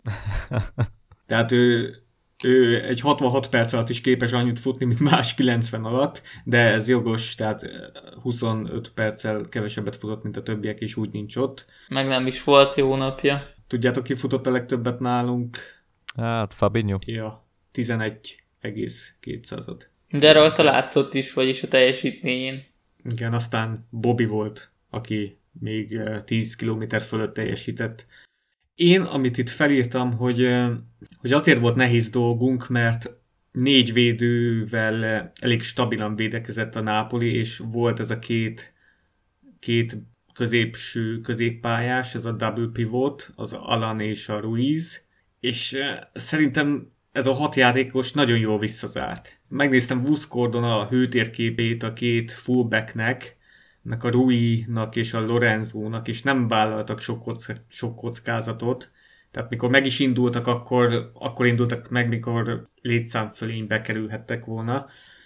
Tehát ő, ő egy hatvanhat perc alatt is képes annyit futni, mint más kilencven alatt, de ez jogos, tehát huszonöt perccel kevesebbet futott, mint a többiek, és úgy nincs ott. Meg nem is volt jó napja. Tudjátok, ki futott a legtöbbet nálunk? Hát, Fabinho. Ja, tizenegy egész kétszázad. De rajta látszott is, vagyis a teljesítményén. Igen, aztán Bobby volt, aki még tíz kilométer fölött teljesített. Én, amit itt felírtam, hogy, hogy azért volt nehéz dolgunk, mert négy védővel elég stabilan védekezett a Napoli, és volt ez a két, két középső középpályás, ez a double pivot, az Alan és a Ruiz, és szerintem ez a hat játékos nagyon jól visszazárt. Megnéztem Wuskordon a hőtérképét a két fullbacknek, meg a Rui-nak és a Lorenzónak, és nem vállaltak sok, kocka, sok kockázatot. Tehát mikor meg is indultak, akkor, akkor indultak meg, mikor létszámfölénybe kerülhettek volna.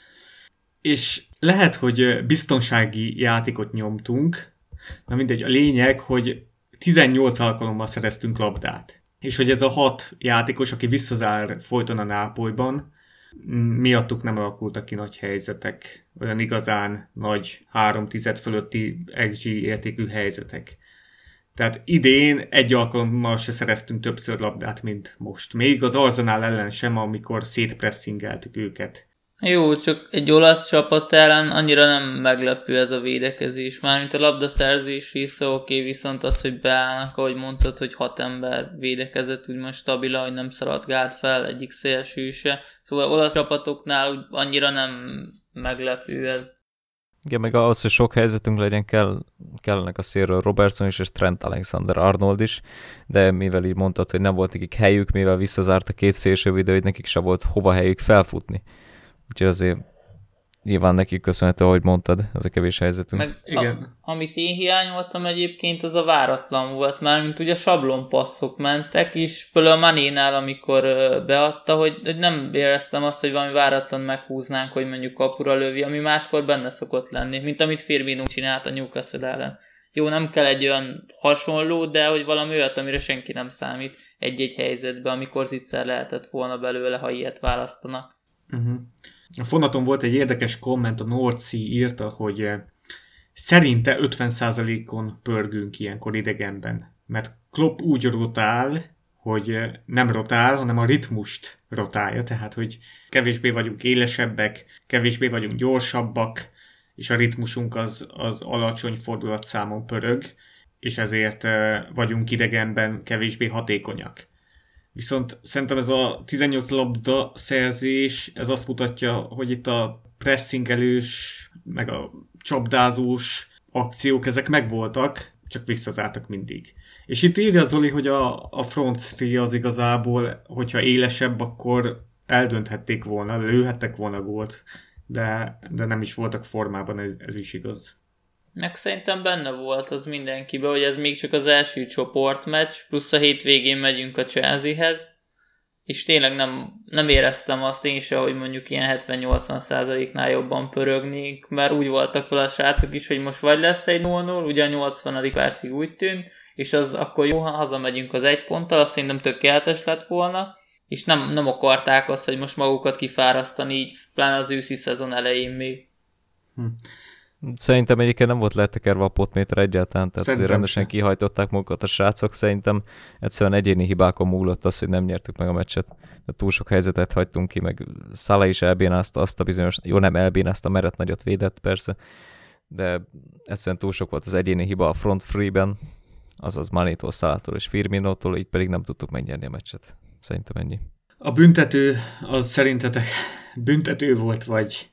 És lehet, hogy biztonsági játékot nyomtunk, na mindegy, a lényeg, hogy tizennyolc alkalommal szereztünk labdát. És hogy ez a hat játékos, aki visszazár folyton a Nápolyban, miattuk nem alakultak ki nagy helyzetek, olyan igazán nagy három tized fölötti iksz gé értékű helyzetek. Tehát idén egy alkalommal se szereztünk többször labdát, mint most. Még az Arsenal ellen sem, amikor szétpressingeltük őket. Jó, csak egy olasz csapat ellen annyira nem meglepő ez a védekezés. Mármint a labdaszerzés része oké, okay, viszont az, hogy beállnak, ahogy mondtad, hogy hat ember védekezett úgymond stabilan, hogy nem szaladgált fel egyik szélső se. Szóval olasz csapatoknál úgy annyira nem meglepő ez. Igen, meg ahhoz, hogy sok helyzetünk legyen, kell, kellenek a szélről Robertson is, és Trent Alexander-Arnold is, de mivel így mondtad, hogy nem volt nekik helyük, mivel visszazárt a két szélső videó, hogy nekik se volt hova helyük felfutni. Úgyhogy azért nyilván nekik köszönhető, ahogy mondtad, az a kevés helyzetünk. Meg Igen. A, amit én hiányoltam egyébként, az a váratlan volt már, mint ugye sablonpasszok mentek is, például a Manénál, amikor beadta, hogy, hogy nem éreztem azt, hogy valami váratlan meghúznánk, hogy mondjuk kapura lövi, ami máskor benne szokott lenni, mint amit Firmino csinált a Newcastle ellen. Jó, nem kell egy olyan hasonló, de hogy valami olyat, amire senki nem számít egy-egy helyzetben, amikor zicser lehetett volna belőle, ha ilyet választanak. Uh-huh. A fonaton volt egy érdekes komment, a Nordsea írta, hogy szerinte ötven százalékon pörgünk ilyenkor idegenben. Mert Klopp úgy rotál, hogy nem rotál, hanem a ritmust rotálja, tehát hogy kevésbé vagyunk élesebbek, kevésbé vagyunk gyorsabbak, és a ritmusunk az, az alacsony fordulatszámon pörög, és ezért vagyunk idegenben kevésbé hatékonyak. Viszont szerintem ez a tizennyolc labda szerzés, ez azt mutatja, hogy itt a pressingelős, meg a csapdázós akciók, ezek megvoltak, csak visszazártak mindig. És itt írja Zoli, hogy a, a front three az igazából, hogyha élesebb, akkor eldönthették volna, lőhettek volna gólt, de, de nem is voltak formában, ez, ez is igaz. Meg szerintem benne volt az mindenkiben, hogy ez még csak az első csoportmeccs, plusz a hétvégén megyünk a Chelseahez, és tényleg nem, nem éreztem azt én se, hogy mondjuk ilyen hetven-nyolcvan százaléknál jobban pörögnénk, mert úgy voltak fel a srácok is, hogy most vagy lesz egy null null, ugye a nyolcvanadik percig úgy tűnt, és az akkor jó, ha hazamegyünk az egy ponttal, azt szerintem tökéletes lett volna, és nem, nem akarták azt, hogy most magukat kifárasztani így, pláne az őszi szezon elején még. Hm. Szerintem egyébként nem volt letekerve a potméter egyáltalán, tehát Szerintem azért rendesen sem. kihajtották magukat a srácok. Szerintem egyszerűen egyéni hibákon múlott az, hogy nem nyertük meg a meccset. De túl sok helyzetet hagytunk ki, meg Salah is elbénázta azt a bizonyos, jó nem elbénázta, Meret nagyot védett persze, de egyszerűen túl sok volt az egyéni hiba a front free-ben, azaz Manétól, Salahtól és Firminótól, így pedig nem tudtuk megnyerni a meccset. Szerintem ennyi. A büntető az szerintetek büntető volt, vagy,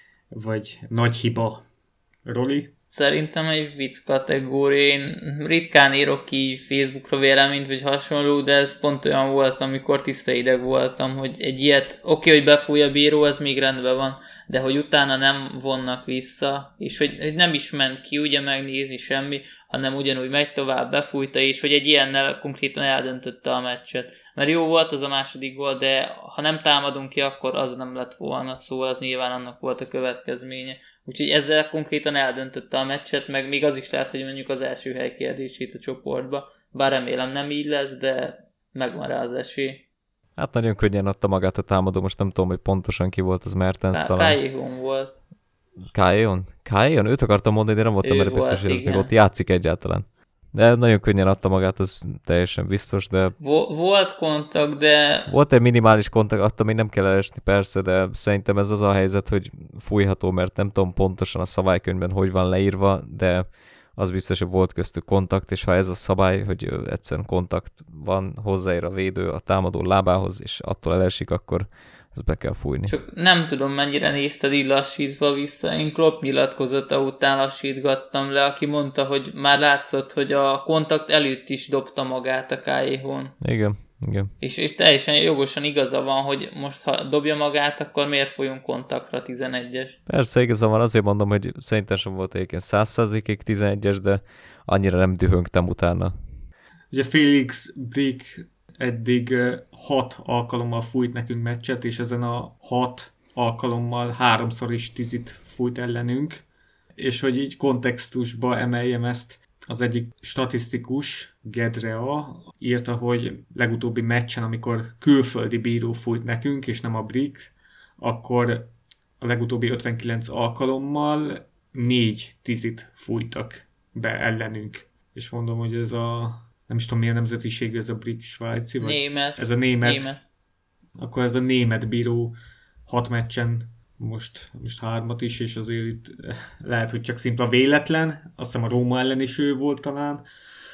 vagy nagy hiba? Roli? Szerintem egy vicc kategória. Én ritkán írok ki Facebookra véleményt, vagy hasonló, de ez pont olyan volt, amikor tiszta ideg voltam, hogy egy ilyet, oké, hogy befúj a bíró, az még rendben van, de hogy utána nem vonnak vissza, és hogy, hogy nem is ment ki ugye megnézni semmi, hanem ugyanúgy megy tovább, befújta, és hogy egy ilyennel konkrétan eldöntötte a meccset. Mert jó volt az a második gól, de ha nem támadunk ki, akkor az nem lett volna, szóval az nyilván annak volt a következménye. Úgyhogy ezzel konkrétan eldöntötte a meccset, meg még az is lehet, hogy mondjuk az első hely kérdését a csoportba. Bár remélem nem így lesz, de megvan rá az esély. Hát nagyon könnyen adta magát a támadó, most nem tudom, hogy pontosan ki volt az Mertens Ká- talán. Kájéhon volt. Kájéhon? Kájéhon? Őt akartam mondani, de nem voltam Ő erre biztos, volt, hogy ez igen. még ott játszik egyáltalán. De nagyon könnyen adta magát, az teljesen biztos, de... Vo- volt kontakt, de... Volt egy minimális kontakt, attól még nem kell elesni persze, de szerintem ez az a helyzet, hogy fújható, mert nem tudom pontosan a szabálykönyvben hogy van leírva, de az biztos, hogy volt köztük kontakt, és ha ez a szabály, hogy egyszerűen kontakt van, hozzáér a védő a támadó lábához, és attól elesik, akkor ezt be kell fújni. Csak nem tudom, mennyire nézted így lassítva vissza. Én Klopp nyilatkozata után lassítgattam le, aki mondta, hogy már látszott, hogy a kontakt előtt is dobta magát a Kájéhon. Igen, igen. És, és teljesen jogosan igaza van, hogy most ha dobja magát, akkor miért folyunk kontaktra tizenegyes? Persze, igazán van, azért mondom, hogy szerintem sem volt egyébként száz százalékig tizenegyes, de annyira nem dühöngtem utána. Ugye Felix Brick eddig hat alkalommal fújt nekünk meccset, és ezen a hat alkalommal háromszor is tizit fújt ellenünk, és hogy így kontextusba emeljem ezt, az egyik statisztikus, Gedrea, írta, hogy legutóbbi meccsen, amikor külföldi bíró fújt nekünk, és nem a Brick, akkor a legutóbbi ötvenkilenc alkalommal négy tizit fújtak be ellenünk. És mondom, hogy ez a nem is tudom milyen nemzetiségű ez a Brick svájci, vagy Német. ez a német, Német. Akkor ez a német bíró hat meccsen, most, most hármat is, és azért itt lehet, hogy csak szimpla véletlen, azt hiszem a Róma ellen is ő volt talán.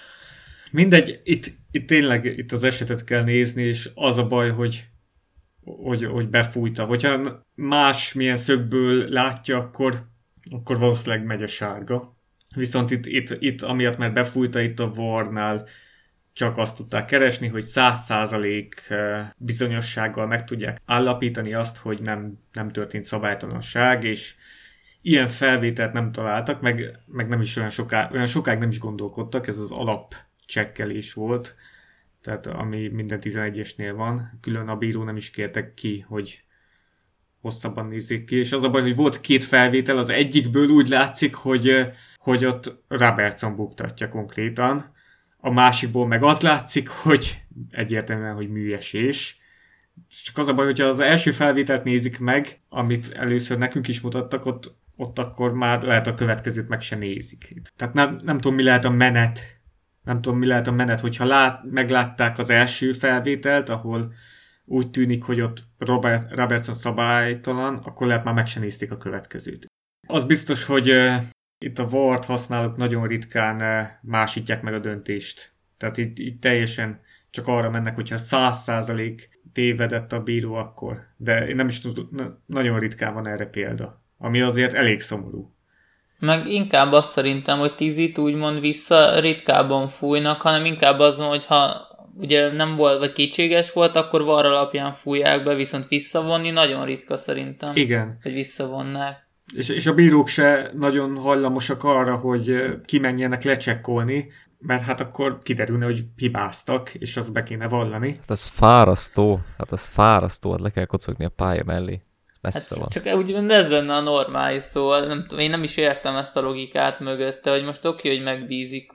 Mindegy, itt, itt tényleg itt az esetet kell nézni, és az a baj, hogy, hogy, hogy befújta. Hogyha más milyen szögből látja, akkor, akkor valószínűleg megy a sárga. Viszont itt, itt, itt amiatt már befújta, itt a VAR-nál csak azt tudták keresni, hogy száz százalék bizonyossággal meg tudják állapítani azt, hogy nem, nem történt szabálytalanság, és ilyen felvételt nem találtak, meg, meg nem is olyan sokáig, olyan sokáig nem is gondolkodtak, ez az alapcsekkelés volt, tehát ami minden tizenegyesnél van, külön a bíró nem is kértek ki, hogy hosszabban nézzék ki, és az a baj, hogy volt két felvétel, az egyikből úgy látszik, hogy, hogy ott Robertson buktatja konkrétan, a másikból meg az látszik, hogy egyértelműen, hogy műesés. Csak az a baj, hogyha az első felvételt nézik meg, amit először nekünk is mutattak, ott, ott akkor már lehet a következőt meg se nézik. Tehát nem, nem tudom, mi lehet a menet, nem tudom, mi lehet a menet, hogyha lát, meglátták az első felvételt, ahol úgy tűnik, hogy ott Robert, Robertson szabálytalan, akkor lehet már meg se nézték a következőt. Az biztos, hogy uh, itt a vart használók nagyon ritkán uh, másítják meg a döntést. Tehát itt, itt teljesen csak arra mennek, hogyha száz százalék tévedett a bíró akkor. De én nem is tudom, nagyon ritkán van erre példa. Ami azért elég szomorú. Meg inkább azt szerintem, hogy tízit úgymond vissza ritkábban fújnak, hanem inkább az van, hogyha ugye nem volt, vagy kétséges volt, akkor var alapján fújják be, viszont visszavonni nagyon ritka szerintem. Igen. Hogy visszavonnák. És, és a bírók se nagyon hajlamosak arra, hogy kimenjenek lecsekkolni, mert hát akkor kiderülne, hogy hibáztak, és azt be kéne vallani. Hát az fárasztó, hát az fárasztó, hát le kell kocogni a pálya mellé. Messze Hát van. csak úgy ez lenne a normális, szóval nem tudom, én nem is értem ezt a logikát mögötte, hogy most oké, hogy megbízik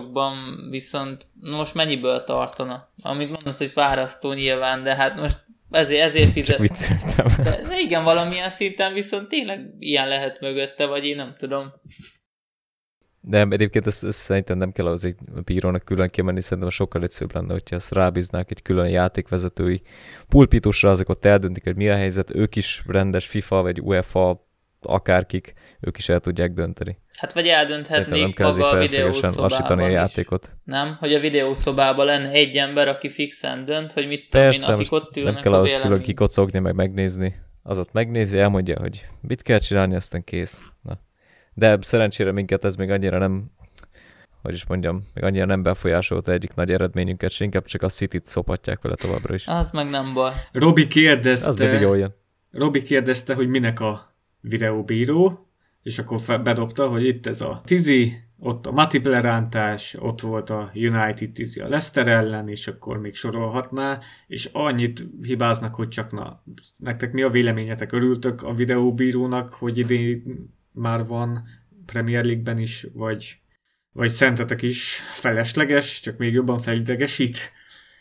másokban, viszont most mennyiből tartana? Amit mondasz, hogy fárasztó nyilván, de hát most ezért, ezért fizet. Csak vicceltem. De, de igen, valamilyen szinten viszont tényleg ilyen lehet mögötte, vagy én nem tudom. De egyébként ezt, ezt szerintem nem kell az egy bírónak külön kiemelni, szerintem sokkal egyszerűbb lenne, hogyha ezt rábíznák egy külön játékvezetői pulpitusra, azok ott eldöntik, hogy mi a helyzet, ők is rendes FIFA vagy UEFA, akárkik, ők is el tudják dönteni. Hát vagy eldönthetnék maga a videószobában lassítani a játékot. Nem? Hogy a videószobában lenne egy ember, aki fixen dönt, hogy mit tudom Persze, én, akik ott ülnek nem kell a ahhoz vélemény. külön kikocogni, meg megnézni. Az ott megnézi, elmondja, hogy mit kell csinálni, aztán kész. Na. De szerencsére minket ez még annyira nem, hogy is mondjam, még annyira nem befolyásolta egyik nagy eredményünket, és inkább csak a City-t szopatják vele továbbra is. Az meg nem baj. Robi kérdezte, Az mindig jól jön. Robi kérdezte, hogy minek a videóbíró, és akkor bedobta, hogy itt ez a Tizi, ott a multiple rántás, ott volt a United Tizi a Leicester ellen, és akkor még sorolhatná, és annyit hibáznak, hogy csak na, nektek mi a véleményetek? Örültök a videóbírónak, hogy idén már van Premier League-ben is, vagy, vagy szerintetek is felesleges, csak még jobban felidegesít?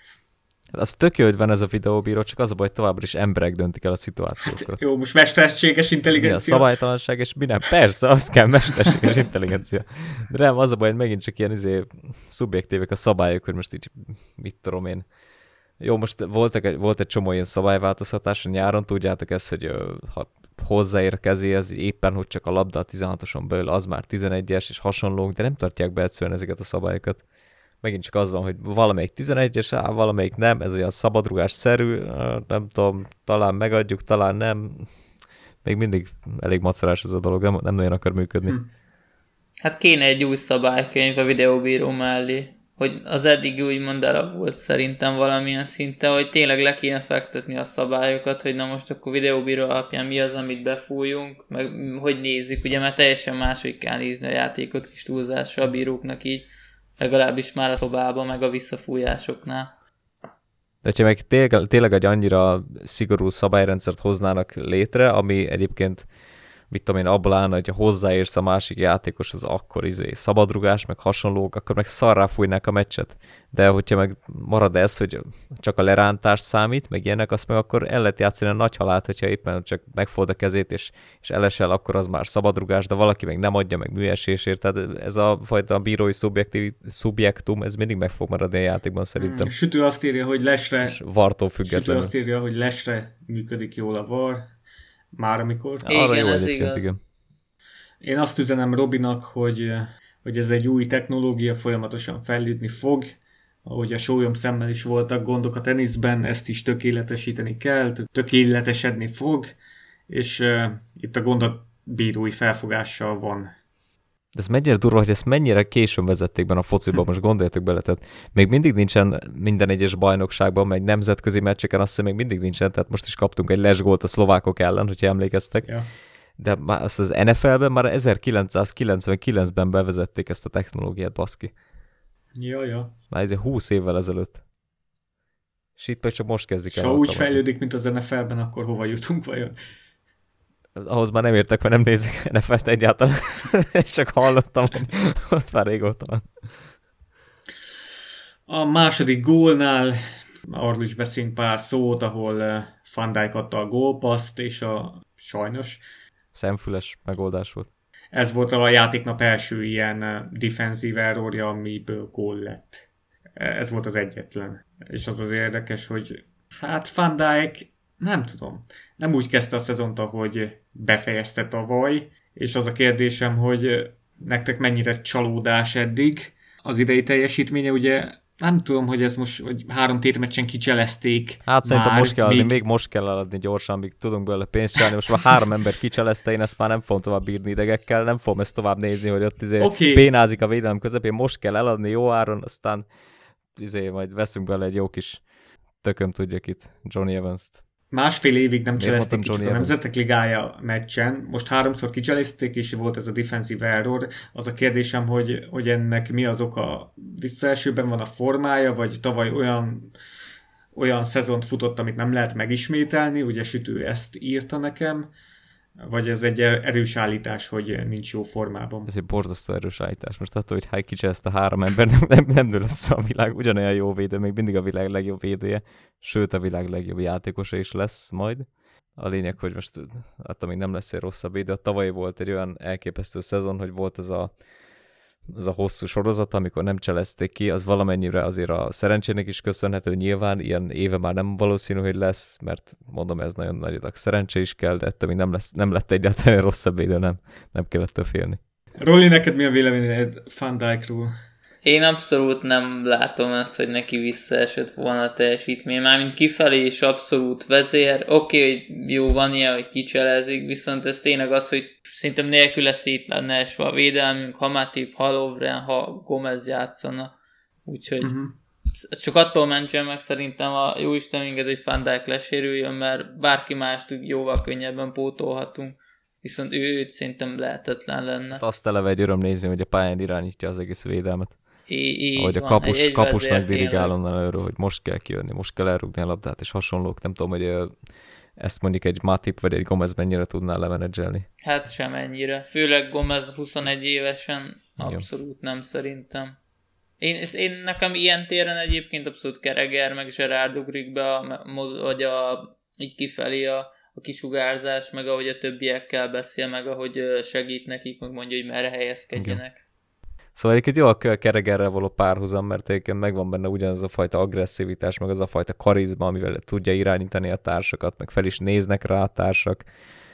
Az tök jó, hogy van ez a videóbíró, csak az a baj, hogy továbbra is emberek döntik el a szituációkat. Hát, jó, most mesterséges intelligencia. Mi a szabálytalanság, és mi nem? Persze, az kell mesterséges intelligencia. De nem, az a baj, hogy megint csak ilyen izé, szubjektívek a szabályok, hogy most így, mit tudom én. Jó, most voltak, volt egy csomó ilyen szabályváltoztatás a nyáron, tudjátok ezt, hogy ha hozzáér a kezéhez, éppen, hogy csak a labda a tizenhatoson belül, az már tizenegyes, és hasonlók, de nem tartják be egyszerűen ezeket a szabályokat. Megint csak az van, hogy valamelyik tizenegyes, á, valamelyik nem, ez olyan szabadrugás-szerű, nem tudom, talán megadjuk, talán nem. Még mindig elég macerás ez a dolog, nem, nem nagyon akar működni. Hm. Hát kéne egy új szabálykönyv a videóbíró mellé, hogy az eddig úgymond elavult szerintem valamilyen szinten, hogy tényleg le kéne fektetni a szabályokat, hogy na most akkor videóbíró alapján mi az, amit befújunk, meg hogy nézzük, ugye, mert teljesen máshogy kell nézni a játékot kis túlzásra a bíróknak így, legalábbis már a szobában, meg a visszafújásoknál. De ha meg tényleg, tényleg egy annyira szigorú szabályrendszert hoznának létre, ami egyébként, mit tudom én, abból állna, hogy ha hozzáérsz a másik játékos, az akkor izé szabadrugás, meg hasonlók, akkor meg szarrá fújnák a meccset. De hogyha meg marad ez, hogy csak a lerántás számít, meg ilyenek, azt meg akkor el lehet játszani a nagy halált, hogyha éppen csak megfogd a kezét, és, és elesel, akkor az már szabadrugás, de valaki meg nem adja meg műesésért. Tehát ez a fajta bírói szubjektum, ez mindig meg fog maradni a játékban szerintem. Hmm, Sütő azt írja, hogy lesre... És vartól függetlenül. Sütő azt írja, hogy lesre működik jól a var. Már amikor. Igen, arra jó ez egyébként, igaz. igen. Én azt üzenem Robinak, hogy, hogy ez egy új technológia, folyamatosan fejlődni fog. Ahogy a sólyom szemmel is voltak gondok a teniszben, ezt is tökéletesíteni kell, tökéletesedni fog, és uh, itt a gond a bírói felfogással van. De ez mennyire durva, hogy ezt mennyire későn vezették benne a fociban, most gondoljatok bele, tehát még mindig nincsen minden egyes bajnokságban, meg nemzetközi meccseken, azt hiszem még mindig nincsen, tehát most is kaptunk egy lesgólt a szlovákok ellen, hogyha emlékeztek. Ja. De azt az en ef el-ben már ezerkilencszázkilencvenkilencben bevezették ezt a technológiát, baszki. Ja, ja. Már ez húsz évvel ezelőtt. És itt meg csak most kezdik el. Ha úgy fejlődik, mint az en ef el-ben, akkor hova jutunk vajon? Ahhoz már nem értek, mert nem nézik en ef el-t egyáltalán, és csak hallottam, hogy ott már régóta van. A második gólnál arról is beszélünk pár szót, ahol Van Dijk adta a gólpasszt, és a sajnos szemfüles megoldás volt. Ez volt a játéknap első ilyen defensív errorja, amiből gól lett. Ez volt az egyetlen. És az az érdekes, hogy hát Van Dijk, nem tudom, nem úgy kezdte a szezont, ahogy befejezte tavaly, és az a kérdésem, hogy nektek mennyire csalódás eddig az idei teljesítménye, ugye nem tudom, hogy ez most hogy három tétmeccsen kicselezték. Hát szerintem most kell még... adni, még most kell eladni gyorsan, míg tudunk belőle pénzt csinálni. Most már három ember kicselezte, én ezt már nem fogom tovább bírni idegekkel, nem fogom ezt tovább nézni, hogy ott izé okay. Bénázik a védelem közepén, most kell eladni jó áron, aztán izé majd veszünk bele egy jó kis tököm tudjuk itt, Johnny Evans-t. Másfél évig nem cselezték kicsit a Nemzetek Ligája meccsen, most háromszor kicselezték, és volt ez a defensive error. Az a kérdésem, hogy, hogy ennek mi az oka? Visszaesőben van a formája, vagy tavaly olyan, olyan szezont futott, amit nem lehet megismételni, ugye Sütő ezt írta nekem, Vagy ez egy erős állítás, hogy nincs jó formában? Ez egy borzasztó erős állítás. Most attól, hogy hány kicsi ezt a három ember nem, nem, nem nő össze a világ, ugyanolyan jó védő, még mindig a világ legjobb védője, sőt a világ legjobb játékosa is lesz majd. A lényeg, hogy most attól még nem lesz egy rosszabb védő. Tavaly volt egy olyan elképesztő szezon, hogy volt ez a az a hosszú sorozat, amikor nem cselezték ki, az valamennyire azért a szerencsének is köszönhető, nyilván ilyen éve már nem valószínű, hogy lesz, mert mondom, ez nagyon nagy adag szerencsé is kell, de ettől még nem, lesz, nem lett egyáltalán rosszabb védő, nem, nem kellett félni. Rolli, neked mi a véleményed Van Dijkról? Én abszolút nem látom ezt, hogy neki visszaesett volna a teljesítmény. Mármint kifelé is abszolút vezér. Oké, okay, hogy jó, van ilyen, hogy kicselezik, viszont ez tényleg az, hogy szerintem nélküle szét lenne esve a védelmünk, ha Matip, ha Lovren, ha Gomez játszana. Úgyhogy uh-huh. csak attól mentsen meg szerintem a jóisten minket, hogy Van Dijk lesérüljön, mert bárki mást jóval könnyebben pótolhatunk. Viszont ő, őt szerintem lehetetlen lenne. Azt eleve egy öröm nézni, hogy a pályán irányítja az egész védelmet. I- ahogy a kapus, egy, egy kapusnak dirigál onnan előről, hogy most kell kijönni, most kell elrúgni a labdát, és hasonlók. Nem tudom, hogy ezt mondjuk egy Matip vagy egy Gomez mennyire tudná lemenedzselni. Hát sem ennyire. Főleg Gomez huszonegy évesen abszolút ja. nem szerintem. Én, én nekem ilyen téren egyébként abszolút Kereger, meg Gerrard ugrik be, a, vagy a, így kifelé a, a kisugárzás, meg ahogy a többiekkel beszél, meg ahogy segít nekik, meg mondja, hogy merre helyezkedjenek. Igen. Szóval egyébként jó a Keregerrel való párhuzam, mert egyébként megvan benne ugyanaz a fajta agresszivitás, meg az a fajta karizma, amivel tudja irányítani a társakat, meg fel is néznek rá a társak.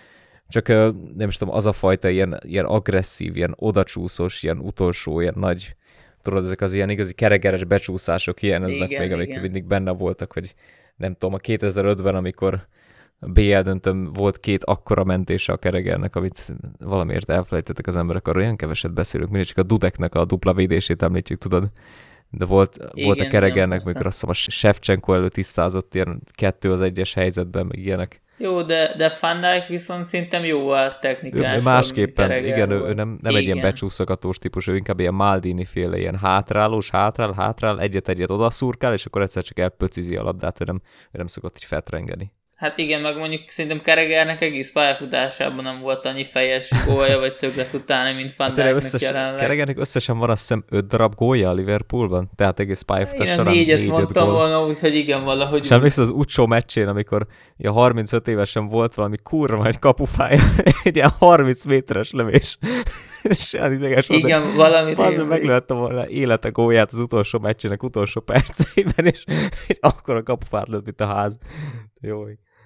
Csak nem is tudom, az a fajta ilyen, ilyen agresszív, ilyen odacsúszós, ilyen utolsó, ilyen nagy, tudod, ezek az ilyen igazi keregeres becsúszások hiányoznak még, amik igen. mindig benne voltak, hogy nem tudom, a kétezer-ötben, amikor bé el döntőn volt két akkora mentése a Keregernek, amit valamiért elfelejtettek az emberek, arról ilyen keveset beszélünk, mindig csak a Dudeknek a dupla védését említjük, tudod. De volt, igen, volt a Keregernek, amikor azt hiszem a Shevchenko előtt tisztázott ilyen kettő az egyes helyzetben, meg ilyenek. Jó, de, de Van Dijk viszont szerintem jó a technikás. Másképpen, igen, ő, ő nem, nem egy ilyen becsúszogatós típus, ő inkább ilyen Maldini féle, ilyen hátrálós, hátrál, hátrál, egyet-egyet odaszurkál, és akkor egyszer csak elpöcizi a labdát, ő nem, ő nem szokott így fetrengeni. Hát igen, meg mondjuk szerintem Keregernek egész pályafutásában nem volt annyi fejes gólja, vagy szöglet utáni, mint Van Dijknek összes, jelenleg. Keregernek összesen van azt hiszem öt darab gólja a Liverpoolban, tehát egész pályafutás során négyet négy, mondtam gól. volna, úgyhogy igen, valahogy. És emlékszel az utcsó meccsén, amikor ja, harmincöt évesen volt valami kurva egy kapufája, egy ilyen harminc méteres lövés. És hát ideges volt, igen, valamit. Azért meglőtte volna élete gólját az utolsó meccsének utolsó percében, és, és akkor a kapufát lett, mint a ház. Jó.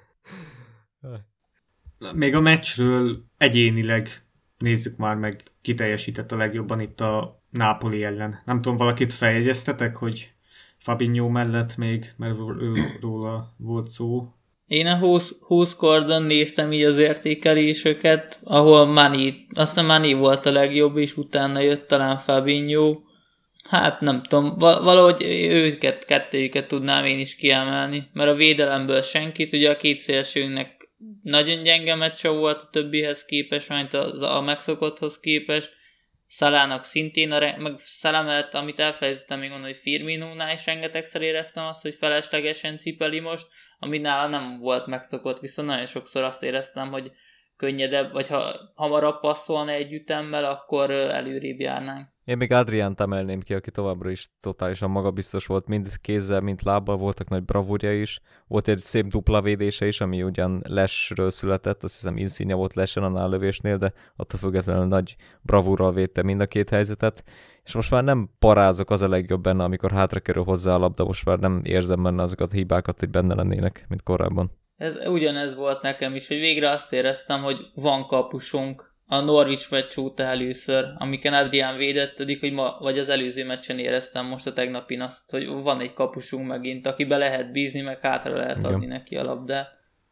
Még a meccsről egyénileg nézzük már meg, ki teljesített a legjobban itt a Napoli ellen. Nem tudom, valakit feljegyeztetek, hogy Fabinho mellett még, mert róla volt szó. Én a húsz kordon néztem így az értékeléseket, ahol Mani, aztán Mani volt a legjobb, és utána jött talán Fabinho. Hát nem tudom, valahogy őket, kettőjüket tudnám én is kiemelni, mert a védelemből senkit, ugye a két szélsőnknek nagyon gyenge meccse volt a többihez képest, mint a, a megszokotthoz képest. Szalának szintén, a re- meg Szalá mellett, amit elfelejtettem még mondani, hogy Firminónál is rengetegszer éreztem azt, hogy feleslegesen cipeli most, ami nála nem volt megszokott, viszont nagyon sokszor azt éreztem, hogy könnyedebb, vagy ha hamarabb passzolna egy ütemmel, akkor előrébb járnánk. Én még Adriánt emelném ki, aki továbbra is totálisan magabiztos volt, mind kézzel, mind lábbal, voltak nagy bravúrja is. Volt egy szép dupla védése is, ami ugyan Lesről született, azt hiszem Insigne volt Lesen annál a lövésnél, de attól függetlenül nagy bravúrral védte mind a két helyzetet. És most már nem parázok, az a legjobb benne, amikor hátra kerül hozzá a labda, most már nem érzem benne azokat a hibákat, hogy benne lennének, mint korábban. Ez ugyanez volt nekem is, hogy végre azt éreztem, hogy van kapusunk. A Norwich meccs óta először, amiken Adrián védett, eddig, hogy ma, vagy az előző meccsen éreztem most a tegnapin azt, hogy van egy kapusunk megint, akibe lehet bízni, meg hátra lehet adni Igen. neki a labdát.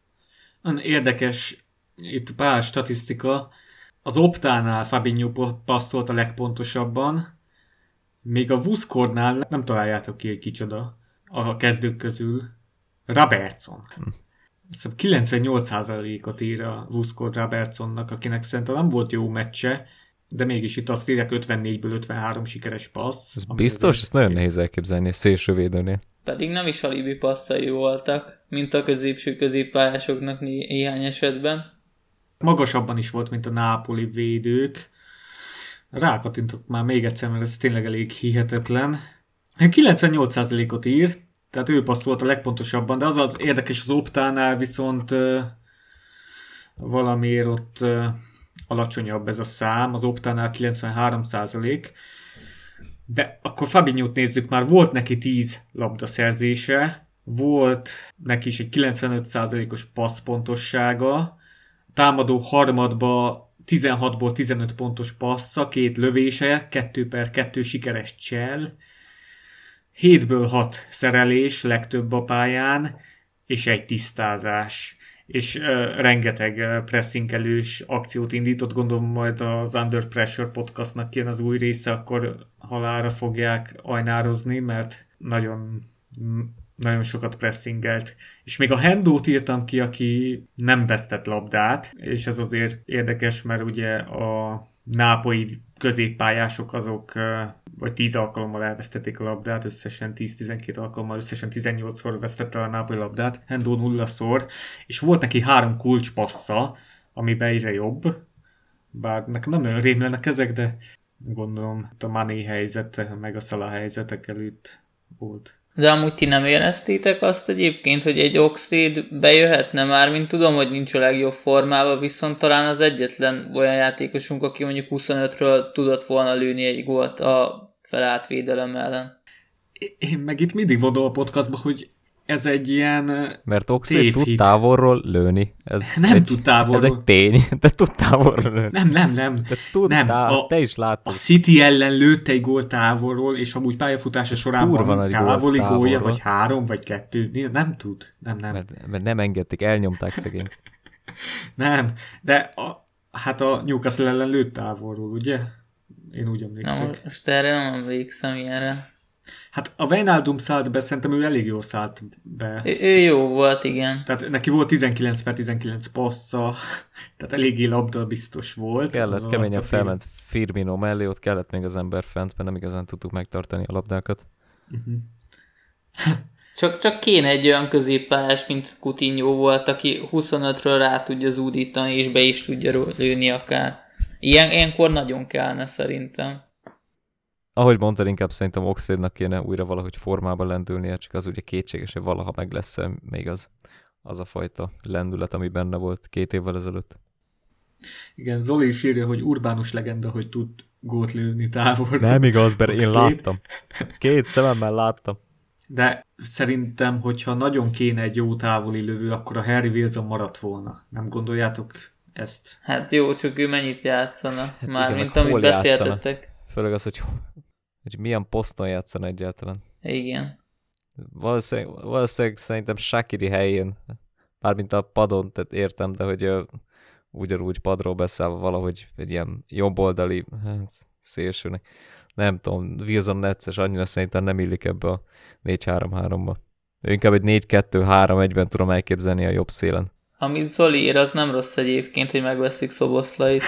Érdekes, itt pár statisztika. Az Optánál Fabinho passzolt a legpontosabban, még a Vuszkornál nem találjátok ki, hogy kicsoda a kezdők közül. Robertson. Hm. kilencvennyolc százalékot ír a Vuszkor Robertsonnak, akinek szerintem nem volt jó meccse, de mégis itt azt írják ötvennégyből ötvenhárom sikeres passz. Ez biztos? Ezt nagyon nehéz elképzelni a szélsővédőnél. Pedig nem is alibi passzai voltak, mint a középső középpályásoknak néhány esetben. magasabban is volt, mint a nápoli védők. Rákattintok már még egyszer, mert ez tényleg elég hihetetlen. kilencvennyolc százalékot ír, tehát ő passzolt a legpontosabban, de az az érdekes az Optánál viszont uh, valamiért ott uh, alacsonyabb ez a szám, az Optánál kilencvenhárom százalék. De akkor Fabinho-t nézzük, már volt neki tíz labdaszerzése, volt neki is egy kilencvenöt százalékos passzpontossága, támadó harmadba tizenhatból tizenöt pontos passza, két lövése, kettő per kettő sikeres csel, hétből hat szerelés, legtöbb a pályán, és egy tisztázás. És uh, rengeteg uh, pressingelős akciót indított, gondolom majd az Under Pressure podcastnak jön az új része, akkor halálra fogják ajnározni, mert nagyon, nagyon sokat pressingelt. És még a Hendót írtam ki, aki nem vesztett labdát, és ez azért érdekes, mert ugye a nápolyi középpályások azok vagy tíz alkalommal elvesztették a labdát, összesen tíz-tizenkét alkalommal, összesen tizennyolcszor vesztette el a nápolyi labdát, Hendo nullaszor, és volt neki három kulcspassza, amiben egyre jobb, bár nekem nem olyan rémlenek ezek, de gondolom a Mané helyzete, meg a Salah helyzetek előtt volt. De amúgy ti nem éreztétek azt egyébként, hogy egy Oxlade bejöhetne már, mint tudom, hogy nincs a legjobb formában, viszont talán az egyetlen olyan játékosunk, aki mondjuk huszonötről tudott volna lőni egy gólt a felállt védelem ellen. Én meg itt mindig mondom a podcastban, hogy ez egy ilyen Mert Oxlade tud távolról lőni. Ez nem egy, tud távolról. Ez egy tény, de tud távolról lőni. Nem, nem, nem. De tud nem. Tá- A, te is láttad. A City ellen lőtt egy gól távolról, és amúgy pályafutása során van távoli gólja, vagy három, vagy kettő. Nem tud. Nem, nem. Mert, mert nem engedték, elnyomták szegény. Nem, de a, hát a Newcastle ellen lőtt távolról, ugye? Én úgy emlékszem. Na, most erre nem emlékszem ilyenre. Hát a Wijnaldum szállt be, szerintem ő elég jól szállt be. Ő, ő jó volt, igen. Tehát neki volt tizenkilenc per tizenkilenc passza, tehát eléggé labda biztos volt. Kellett, keményen felment Firmino mellé, ott kellett még az ember fent, mert nem igazán tudtuk megtartani a labdákat. Uh-huh. Csak, csak kéne egy olyan középpályás, mint Coutinho volt, aki huszonötről rá tudja zúdítani, és be is tudja lőni akár. Ilyen, ilyenkor nagyon kellene szerintem. Ahogy mondtad, inkább szerintem Oxlade-nak kéne újra valahogy formába lendülnie, csak az ugye kétséges, hogy valaha meg lesz még az, az a fajta lendület, ami benne volt két évvel ezelőtt. Igen, Zoli is írja, hogy urbánus legenda, hogy tud gólt lőni távolról. Nem igaz, mert én láttam. Két szememmel láttam. De szerintem, hogyha nagyon kéne egy jó távoli lövő, akkor a Harry Wilson maradt volna. Nem gondoljátok ezt? Hát jó, csak ő mennyit játszana? Hát már, igen, mint amit beszéltettek. Főleg az, hogy, hogy milyen poszton játszana egyáltalán. Igen. Valószínűleg, valószínűleg szerintem Shaqiri helyén, mármint a padon, tehát értem, de hogy uh, ugyanúgy padról beszállva valahogy egy ilyen jobboldali, hát szélsőnek. Nem tudom, Wilson necces, annyira szerintem nem illik ebbe a négy három háromba. Inkább egy négy kettő három egyben tudom elképzelni a jobb szélen. Amit Zoli ír, az nem rossz egyébként, hogy megveszik Szoboszlait.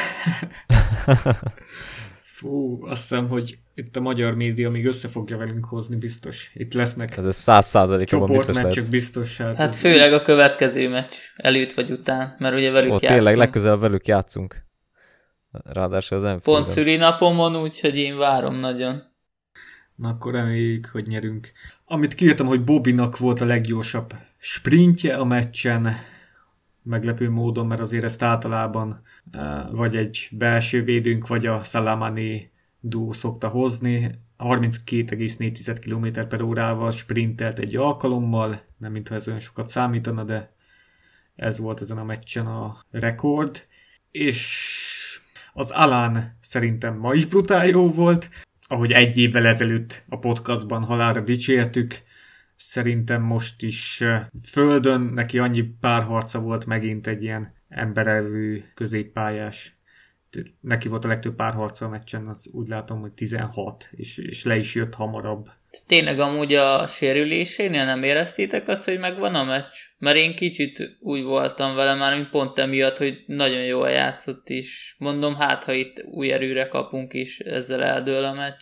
Fú, azt hiszem, hogy itt a magyar média még össze fogja velünk hozni, biztos. Itt lesznek ez száz százalékban biztos lesz. Csoportmeccsek biztos. Hát, hát főleg a következő meccs, előtt vagy után, mert ugye velük Ott játszunk. Tényleg legközelebb velük játszunk. Ráadásul az Anfield-en. Pont szülinapomon, úgyhogy én várom nagyon. Na akkor reméljük, hogy nyerünk. Amit kiírtam, hogy Bobbynak volt a leggyorsabb sprintje a meccsen, meglepő módon, mert azért ezt általában vagy egy belső védőnk, vagy a Salamani duó szokta hozni. harminckét egész négy kilométer per órával sprintelt egy alkalommal, nem mintha ez olyan sokat számítana, de ez volt ezen a meccsen a rekord. És az Alan szerintem ma is brutál jó volt, ahogy egy évvel ezelőtt a podcastban halálra dicsértük, szerintem most is földön neki annyi párharca volt megint egy ilyen emberelvű középpályás. Neki volt a legtöbb párharca a meccsen, az úgy látom, hogy tizenhat, és, és le is jött hamarabb. Tényleg amúgy a sérülésénél nem éreztétek azt, hogy megvan a meccs? Mert én kicsit úgy voltam vele már, mint pont emiatt, hogy nagyon jól játszott is. Mondom, hát ha itt új erőre kapunk is, ezzel eldől a meccs.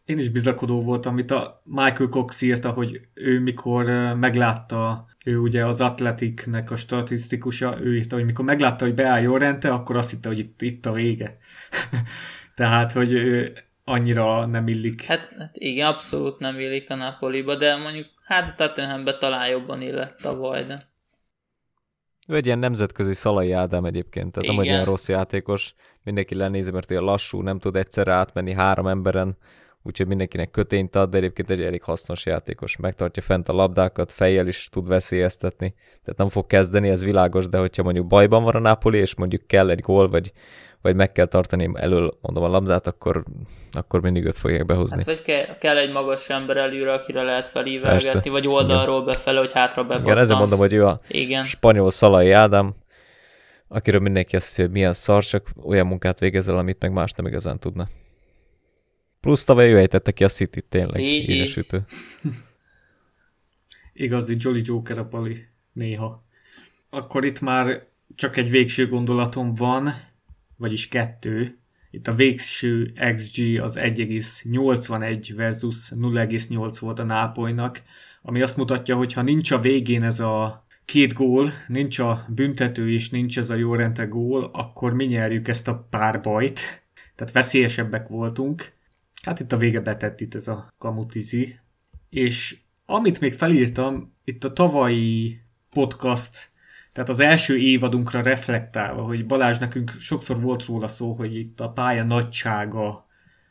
Én is bizakodó voltam, amit a Michael Cox írta, hogy ő mikor meglátta, ő ugye az Athleticnek a statisztikusa, ő írta, hogy mikor meglátta, hogy beáll Llorente, akkor azt hitte, hogy itt, itt a vége. Tehát, hogy ő annyira nem illik. Hát, hát igen, abszolút nem illik a Napoliba, de mondjuk hát a Tottenhambe talán jobban illett tavaly, de... Ő egy ilyen nemzetközi Szalai Ádám egyébként, tehát nem egy ilyen rossz játékos, mindenki lenézi, mert olyan lassú, nem tud egyszerre átmenni három emberen, úgyhogy mindenkinek kötényt ad, de egyébként egy elég hasznos játékos. Megtartja fent a labdákat, fejjel is tud veszélyeztetni, tehát nem fog kezdeni, ez világos, de hogyha mondjuk bajban van a Napoli, és mondjuk kell egy gól, vagy, vagy meg kell tartani elől, mondom, a labdát, akkor, akkor mindig őt fogják behozni. Hát vagy kell, kell egy magas ember előre, akire lehet felívelgetni, vagy oldalról igen. befele, hogy hátra bepattansz. Igen, ezért mondom, hogy ő a igen. spanyol Szalai Ádám, akiről mindenki azt hiszi, hogy milyen szar, csak olyan munkát végezzel, amit meg más nem igazán tudna. Plusz tavaly ő ejtette ki a City-t, tényleg édesütő. Igazi Jolly Joker a Pali néha. Akkor itt már csak egy végső gondolatom van, vagyis kettő. Itt a végső iksz gé az egy egész nyolcvanegy versus nulla egész nyolc volt a Nápolynak, ami azt mutatja, hogy ha nincs a végén ez a két gól, nincs a büntető és nincs ez a Llorente gól, akkor mi nyerjük ezt a párbajt. Tehát veszélyesebbek voltunk. Hát itt a vége betett itt ez a kamutizi. És amit még felírtam, itt a tavalyi podcast, tehát az első évadunkra reflektálva, hogy Balázs, nekünk sokszor volt róla szó, hogy itt a pálya nagysága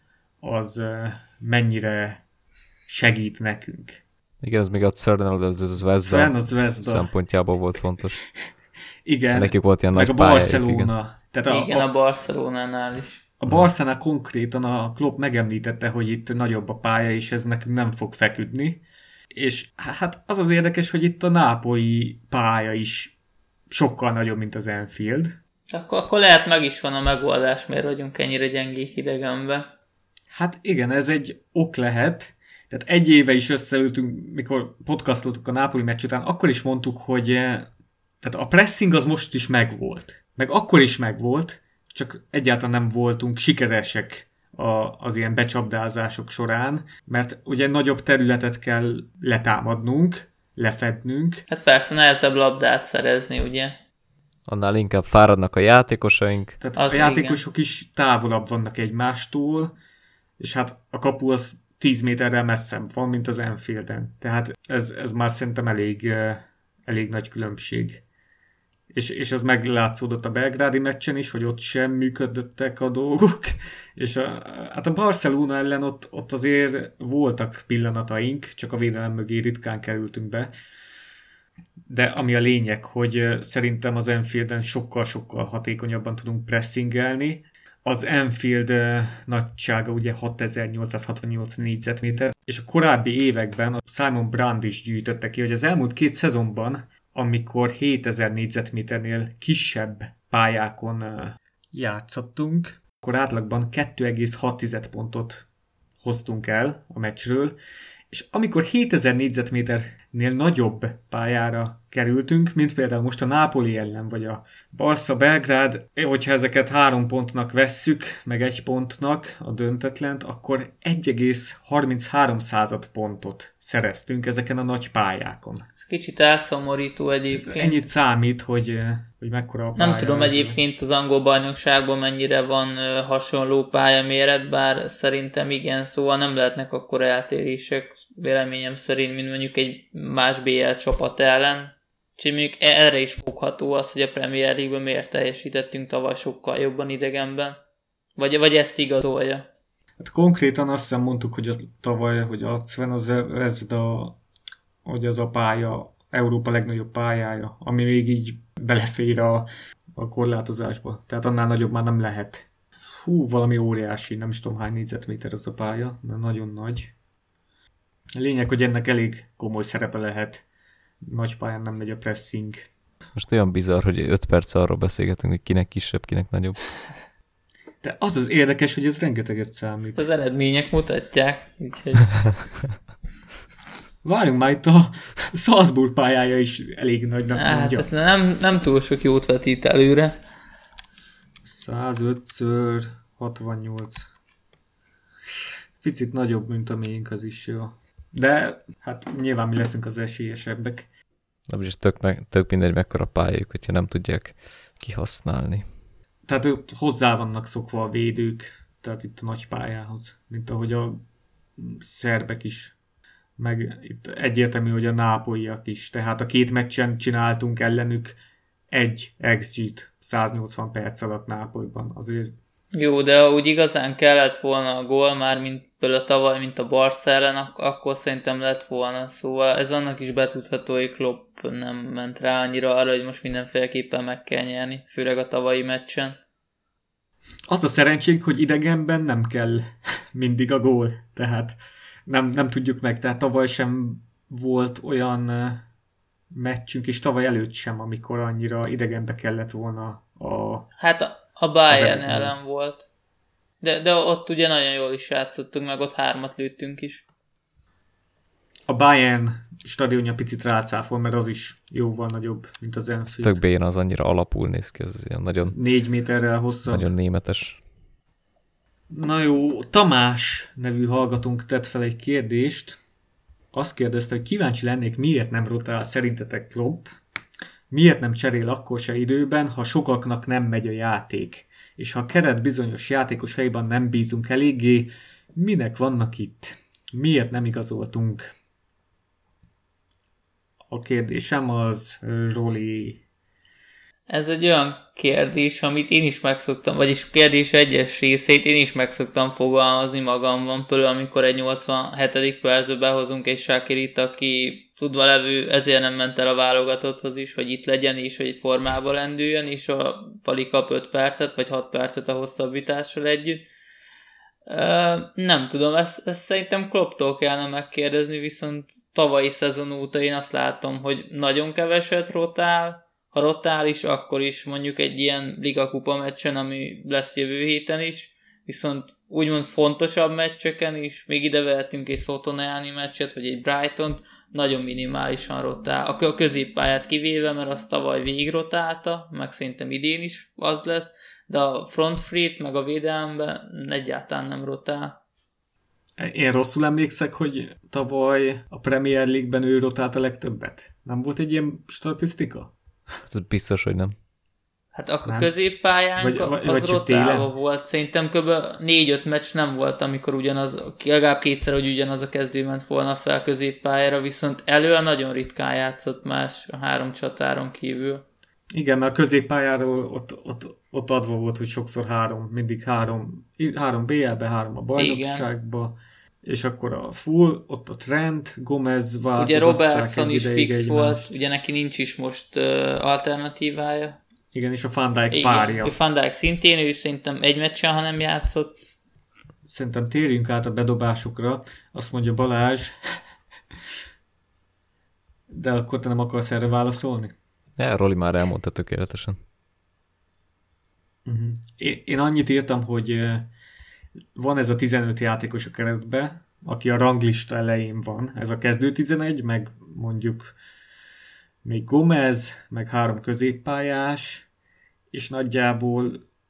az mennyire segít nekünk. Igen, ez még a Cernel, az Zvezda szempontjából volt fontos. Igen, nekik volt ilyen meg nagy a Barcelona. Igen, Tehát a, igen, a, a Barcelonánál is. A Barcelona konkrétan a Klopp megemlítette, hogy itt nagyobb a pálya, és ez nekünk nem fog feküdni. És hát az az érdekes, hogy itt a nápolyi pálya is sokkal nagyobb, mint az Anfield. Akkor, akkor lehet meg is van a megoldás, miért vagyunk ennyire gyengék idegenben. Hát igen, ez egy ok lehet. Tehát egy éve is összeültünk, mikor podcastoltuk a nápolyi meccs után, akkor is mondtuk, hogy tehát a pressing az most is megvolt. Meg akkor is megvolt, csak egyáltalán nem voltunk sikeresek a, az ilyen becsapdázások során, mert ugye nagyobb területet kell letámadnunk, lefednünk. Hát persze nehezebb labdát szerezni, ugye? Annál inkább fáradnak a játékosaink. Tehát az a játékosok igen. is távolabb vannak egymástól, és hát a kapu az tíz méterrel messzebb van, mint az Anfielden. Tehát ez, ez már szerintem elég, elég nagy különbség. És, és ez meglátszódott a belgrádi meccsen is, hogy ott sem működöttek a dolgok, és a, hát a Barcelona ellen ott, ott azért voltak pillanataink, csak a védelem mögé ritkán kerültünk be, de ami a lényeg, hogy szerintem az Anfielden sokkal-sokkal hatékonyabban tudunk pressingelni. Az Anfield nagysága ugye hatezer-nyolcszázhatvannyolc négyzetméter, és a korábbi években a Simon Brand is gyűjtötte ki, hogy az elmúlt két szezonban, amikor hétezer négyzetméternél kisebb pályákon játszottunk, akkor átlagban kettő egész hat pontot hoztunk el a meccsről, és amikor hétezer négyzetméternél nagyobb pályára kerültünk, mint például most a Napoli ellen, vagy a Barca Belgrád, hogyha ezeket három pontnak vesszük, meg egy pontnak a döntetlent, akkor egy egész harminchárom pontot szereztünk ezeken a nagy pályákon. Ez kicsit elszomorító egyébként. Ennyit számít, hogy, hogy mekkora a pálya. Nem tudom egyébként az angol bajnokságban mennyire van hasonló pályaméret, bár szerintem igen, szóval nem lehetnek akkora eltérések véleményem szerint, mint mondjuk egy más bé el csapat ellen. Úgyhogy mondjuk erre is fogható az, hogy a Premier League-ben miért teljesítettünk tavaly sokkal jobban idegenben. Vagy, vagy ezt igazolja. Hát konkrétan azt hiszem mondtuk, hogy a tavaly, hogy a Sven az ez a, hogy az a pálya, Európa legnagyobb pályája, ami még így belefér a, a korlátozásba. Tehát annál nagyobb már nem lehet. Hú, valami óriási, nem is tudom hány négyzetméter az a pálya, de nagyon nagy. A lényeg, hogy ennek elég komoly szerepe lehet. Nagy pályán nem megy a pressing. Most olyan bizarr, hogy öt perc arról beszélgetünk, hogy kinek kisebb, kinek nagyobb. De az az érdekes, hogy ez rengeteget számít. Az eredmények mutatják. Úgyhogy... Várjunk már, itt a Salzburg pályája is elég nagynak hát, mondja. Hát nem, nem túl sok jót vetít előre. százöt ször hatvannyolc. Picit nagyobb, mint a miénk az is jó. De hát nyilván mi leszünk az esélyesebbek. Nem is tök, meg, tök mindegy mekkora pályájuk, hogyha nem tudják kihasználni. Tehát ők hozzá vannak szokva a védők, tehát itt a nagy pályához, mint ahogy a szerbek is, meg itt egyértelmű, hogy a nápolyiak is. Tehát a két meccsen csináltunk ellenük egy iksz gét száznyolcvan perc alatt Nápolyban. Azért... Jó, de úgy igazán kellett volna a gól, már mint például tavaly, mint a Barca ellen, ak- akkor szerintem lett volna. Szóval ez annak is betudható, hogy Klopp nem ment rá annyira arra, hogy most mindenféleképpen meg kell nyerni, főleg a tavalyi meccsen. Az a szerencsénk, hogy idegenben nem kell mindig a gól, tehát nem, nem tudjuk meg, tehát tavaly sem volt olyan meccsünk, és tavaly előtt sem, amikor annyira idegenbe kellett volna a... Hát a, a Bayern ellen volt. De, de ott ugye nagyon jól is játszottunk, meg ott hármat lőttünk is. A Bayern stadionja picit rácáfol, mert az is jóval nagyobb, mint az Anfield. Tök béna, az annyira alapul néz ki, ez ilyen nagyon... Négy méterrel hosszabb. Nagyon németes. Na jó, Tamás nevű hallgatónk tett fel egy kérdést. Azt kérdezte, hogy kíváncsi lennék, miért nem rotál szerintetek Klopp, miért nem cserél akkor se időben, ha sokaknak nem megy a játék, és ha a keret bizonyos játékos helyben nem bízunk eléggé, minek vannak itt? Miért nem igazoltunk? A kérdésem az Roli. Ez egy olyan kérdés, amit én is megszoktam, vagyis kérdés egyes részét én is megszoktam fogalmazni magamban, például amikor egy nyolcvanhetedik percben behozunk egy Shakirit, aki tudva levő, ezért nem ment el a válogatotthoz is, hogy itt legyen és hogy formába lendüljön, és a Pali kap öt percet, vagy hat percet a hosszabbítással együtt. Nem tudom, ezt, ezt szerintem Klopptól kellene megkérdezni, viszont tavalyi szezon óta én azt látom, hogy nagyon keveset rotál, ha rotál is, akkor is mondjuk egy ilyen ligakupa meccsen, ami lesz jövő héten is, viszont úgymond fontosabb meccseken is, még ide vehetünk egy Soton elleni meccset, vagy egy Brightont, nagyon minimálisan rotál. A középpályát kivéve, mert azt tavaly végig rotálta, meg szerintem idén is az lesz, de a front free-t meg a védelemben egyáltalán nem rotál. Én rosszul emlékszek, hogy tavaly a Premier League-ben ő rotált a legtöbbet. Nem volt egy ilyen statisztika? Ez biztos, hogy nem. Hát a nem. Középpályánk vagy, vagy, az rotálva volt. Szerintem kb. négy-öt meccs nem volt, amikor ugyanaz, legalább kétszer, hogy ugyanaz a kezdő ment volna fel középpályára, viszont elő nagyon ritkán játszott más a három csatáron kívül. Igen, mert a középpályáról ott, ott, ott adva volt, hogy sokszor három, mindig három, három bé el-be, három a bajnokságba, és akkor a full, ott a Trent, Gomez váltogatták. Ugye Robertson is fix volt, ugye neki nincs is most uh, alternatívája. Igen, és a Van Dijk párja. A Van Dijk szintén, ő szerintem egy meccsen, ha nem játszott. Szerintem térjünk át a bedobásokra, azt mondja Balázs. De akkor te nem akarsz erre válaszolni? Ja, Roli már elmondta tökéletesen. Uh-huh. Én, én annyit írtam, hogy van ez a tizenöt játékos a keretben, aki a ranglista elején van. Ez a kezdő tizenegy, meg mondjuk még Gomez, meg három középpályás, és nagyjából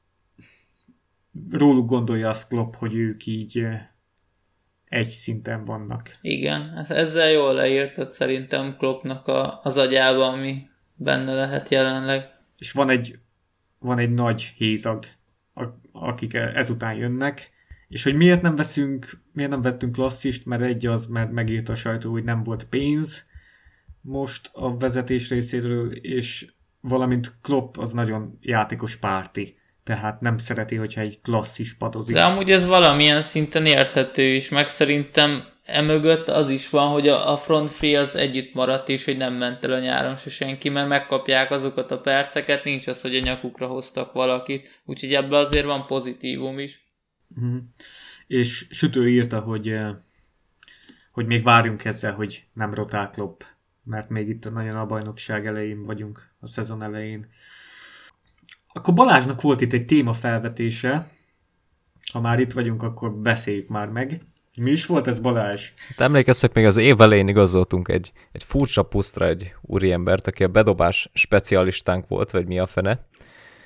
róluk gondolja azt Klopp, hogy ők így egy szinten vannak. Igen, ezzel jól leírtad szerintem Kloppnak a, az agyába, ami benne lehet jelenleg. És van egy, van egy nagy hézag, akik ezután jönnek, és hogy miért nem veszünk, miért nem vettünk klasszist, mert egy az, mert megírt a sajtó, hogy nem volt pénz most a vezetés részéről, és valamint Klopp az nagyon játékos párti, tehát nem szereti, hogyha egy klasszis padozik. De amúgy ez valamilyen szinten érthető is, meg szerintem emögött az is van, hogy a front free az együtt maradt is, hogy nem ment el a nyáron se senki, mert megkapják azokat a perceket, nincs az, hogy a nyakukra hoztak valakit, úgyhogy ebben azért van pozitívum is. Uh-huh. És Sütő írta, hogy, hogy még várjunk ezzel, hogy nem rotál Klopp, mert még itt nagyon a bajnokság elején vagyunk, a szezon elején. Akkor Balázsnak volt itt egy téma felvetése, ha már itt vagyunk, akkor beszéljük már meg. Mi is volt ez, Balázs? Hát emlékeztek, még az év elején igazoltunk egy, egy furcsa pusztra egy úriembert, aki a bedobás specialistánk volt, vagy mi a fene.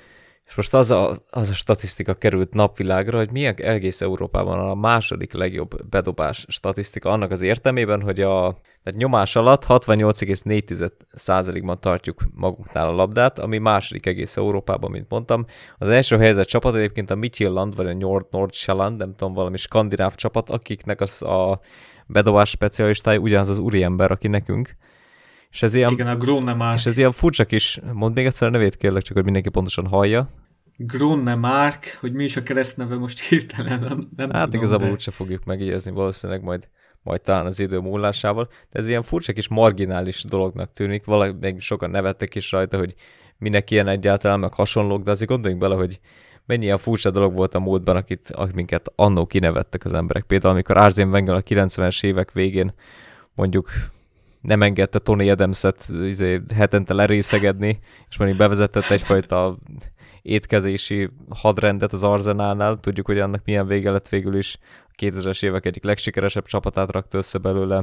És most az a, az a statisztika került napvilágra, hogy milyen egész Európában a második legjobb bedobás statisztika annak az értelmében, hogy a tehát nyomás alatt hatvannyolc egész négy százalékban tartjuk magunknál a labdát, ami második egész Európában, mint mondtam. Az első helyezett csapat egyébként a Midtjylland, vagy a Nord Nordsjælland, nem tudom, valami skandináv csapat, akiknek az a bedobás specialistája ugyanaz az úriember, aki nekünk. És ez ilyen, igen, a Gronemark. És ez ilyen furcsa kis, mondd még egyszer a nevét kérlek, csak hogy mindenki pontosan hallja. Gronemark, hogy mi is a keresztneve most hirtelen, nem, nem hát tudom. igazából de... úgyse fogjuk megígézni, valószínűleg majd, majd talán az idő múlásával, de ez ilyen furcsa kis marginális dolognak tűnik, valahogy még sokan nevettek is rajta, hogy minek ilyen egyáltalán, meg hasonlók, de azért gondoljunk bele, hogy mennyi ilyen furcsa dolog volt a múltban, akit, amiket annó kinevettek az emberek. Például amikor Arsene Wenger a kilencvenes évek végén mondjuk nem engedte Tony Adamset izé, hetente lerészegedni, és mondjuk bevezetett egyfajta étkezési hadrendet az Arsenalnál. Tudjuk, hogy annak milyen vége lett végül is. A kétezres évek egyik legsikeresebb csapatát rakta össze belőle.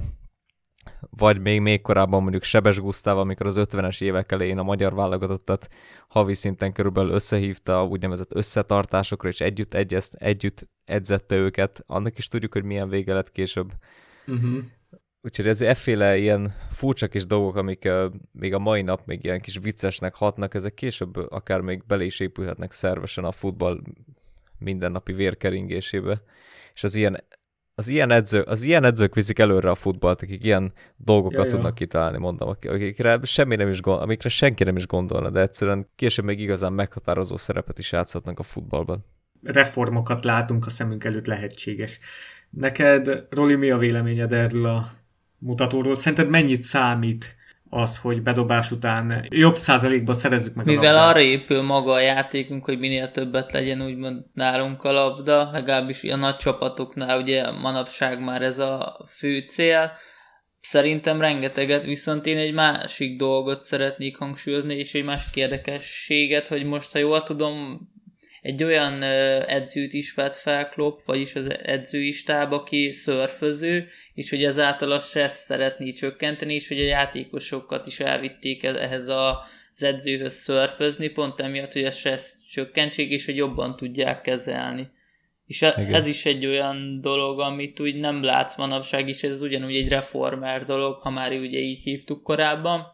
Vagy még, még korábban mondjuk Sebes Gusztáv, amikor az ötvenes évek elején a magyar válogatottat havi szinten körülbelül összehívta úgynevezett összetartásokra, és együtt, egyezt, együtt edzette őket. Annak is tudjuk, hogy milyen vége lett később. Uh-huh. Úgyhogy ez efféle ilyen furcsa kis dolgok, amik uh, még a mai nap még ilyen kis viccesnek hatnak, ezek később akár még bele is épülhetnek szervesen a futball mindennapi vérkeringésébe. És az ilyen, az ilyen, edző, az ilyen edzők viszik előre a futballt, akik ilyen dolgokat ja, tudnak ja. kitalálni, mondom, akikre, semmi nem is gondol, amikre senki nem is gondolna, de egyszerűen később még igazán meghatározó szerepet is játszhatnak a futballban. Reformokat látunk a szemünk előtt, lehetséges. Neked, Roli, mi a véleményed erről a mutatóról? Szerinted mennyit számít az, hogy bedobás után jobb százalékban szerezzük meg Mivel a labdát? arra épül maga a játékunk, hogy minél többet legyen úgymond nálunk a labda, legalábbis a nagy csapatoknál ugye manapság már ez a fő cél. Szerintem rengeteget, viszont én egy másik dolgot szeretnék hangsúlyozni, és egy másik érdekességet, hogy most, ha jól tudom, egy olyan edzőt is vett fel Klopp, vagyis az edzői stáb, aki szörföző, és hogy ezáltal a stressz szeretné csökkenteni, és hogy a játékosokat is elvitték ehhez az edzőhöz szörfözni, pont emiatt, hogy a stressz csökkentsék, és hogy jobban tudják kezelni. És Igen. ez is egy olyan dolog, amit úgy nem látsz manapság, és ez ugyanúgy egy reformer dolog, ha már ugye így hívtuk korábban,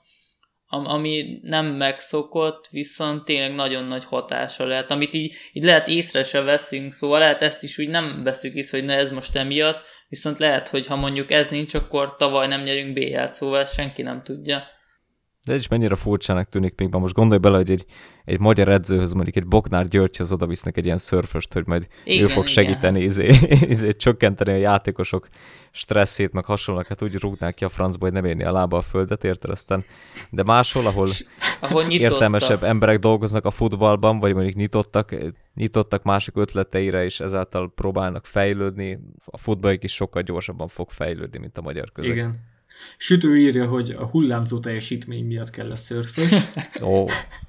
ami nem megszokott, viszont tényleg nagyon nagy hatása lehet, amit így, így lehet észre se veszünk, szóval lehet ezt is úgy nem veszünk észre, hogy ne ez most emiatt, viszont lehet, hogy ha mondjuk ez nincs, akkor tavaly nem nyerünk bé el-t, szóval ezt senki nem tudja. De ez is mennyire furcsának tűnik még, most gondolj bele, hogy egy, egy magyar edzőhöz, mondjuk egy Bognár Györgyhöz oda visznek egy ilyen szörföst, hogy majd igen, ő fog segíteni, izé, izé, csökkenteni a játékosok stresszét, meg hasonlók, hát úgy rúgnák ki a francba, hogy nem érni a lába a földet, érted aztán. De máshol, ahol, ahol értelmesebb emberek dolgoznak a futballban, vagy mondjuk nyitottak, nyitottak mások ötleteire, és ezáltal próbálnak fejlődni, a futballik is sokkal gyorsabban fog fejlődni, mint a magyar közeg. Igen. Sütő írja, hogy a hullámzó teljesítmény miatt kell a szörfös. Ó.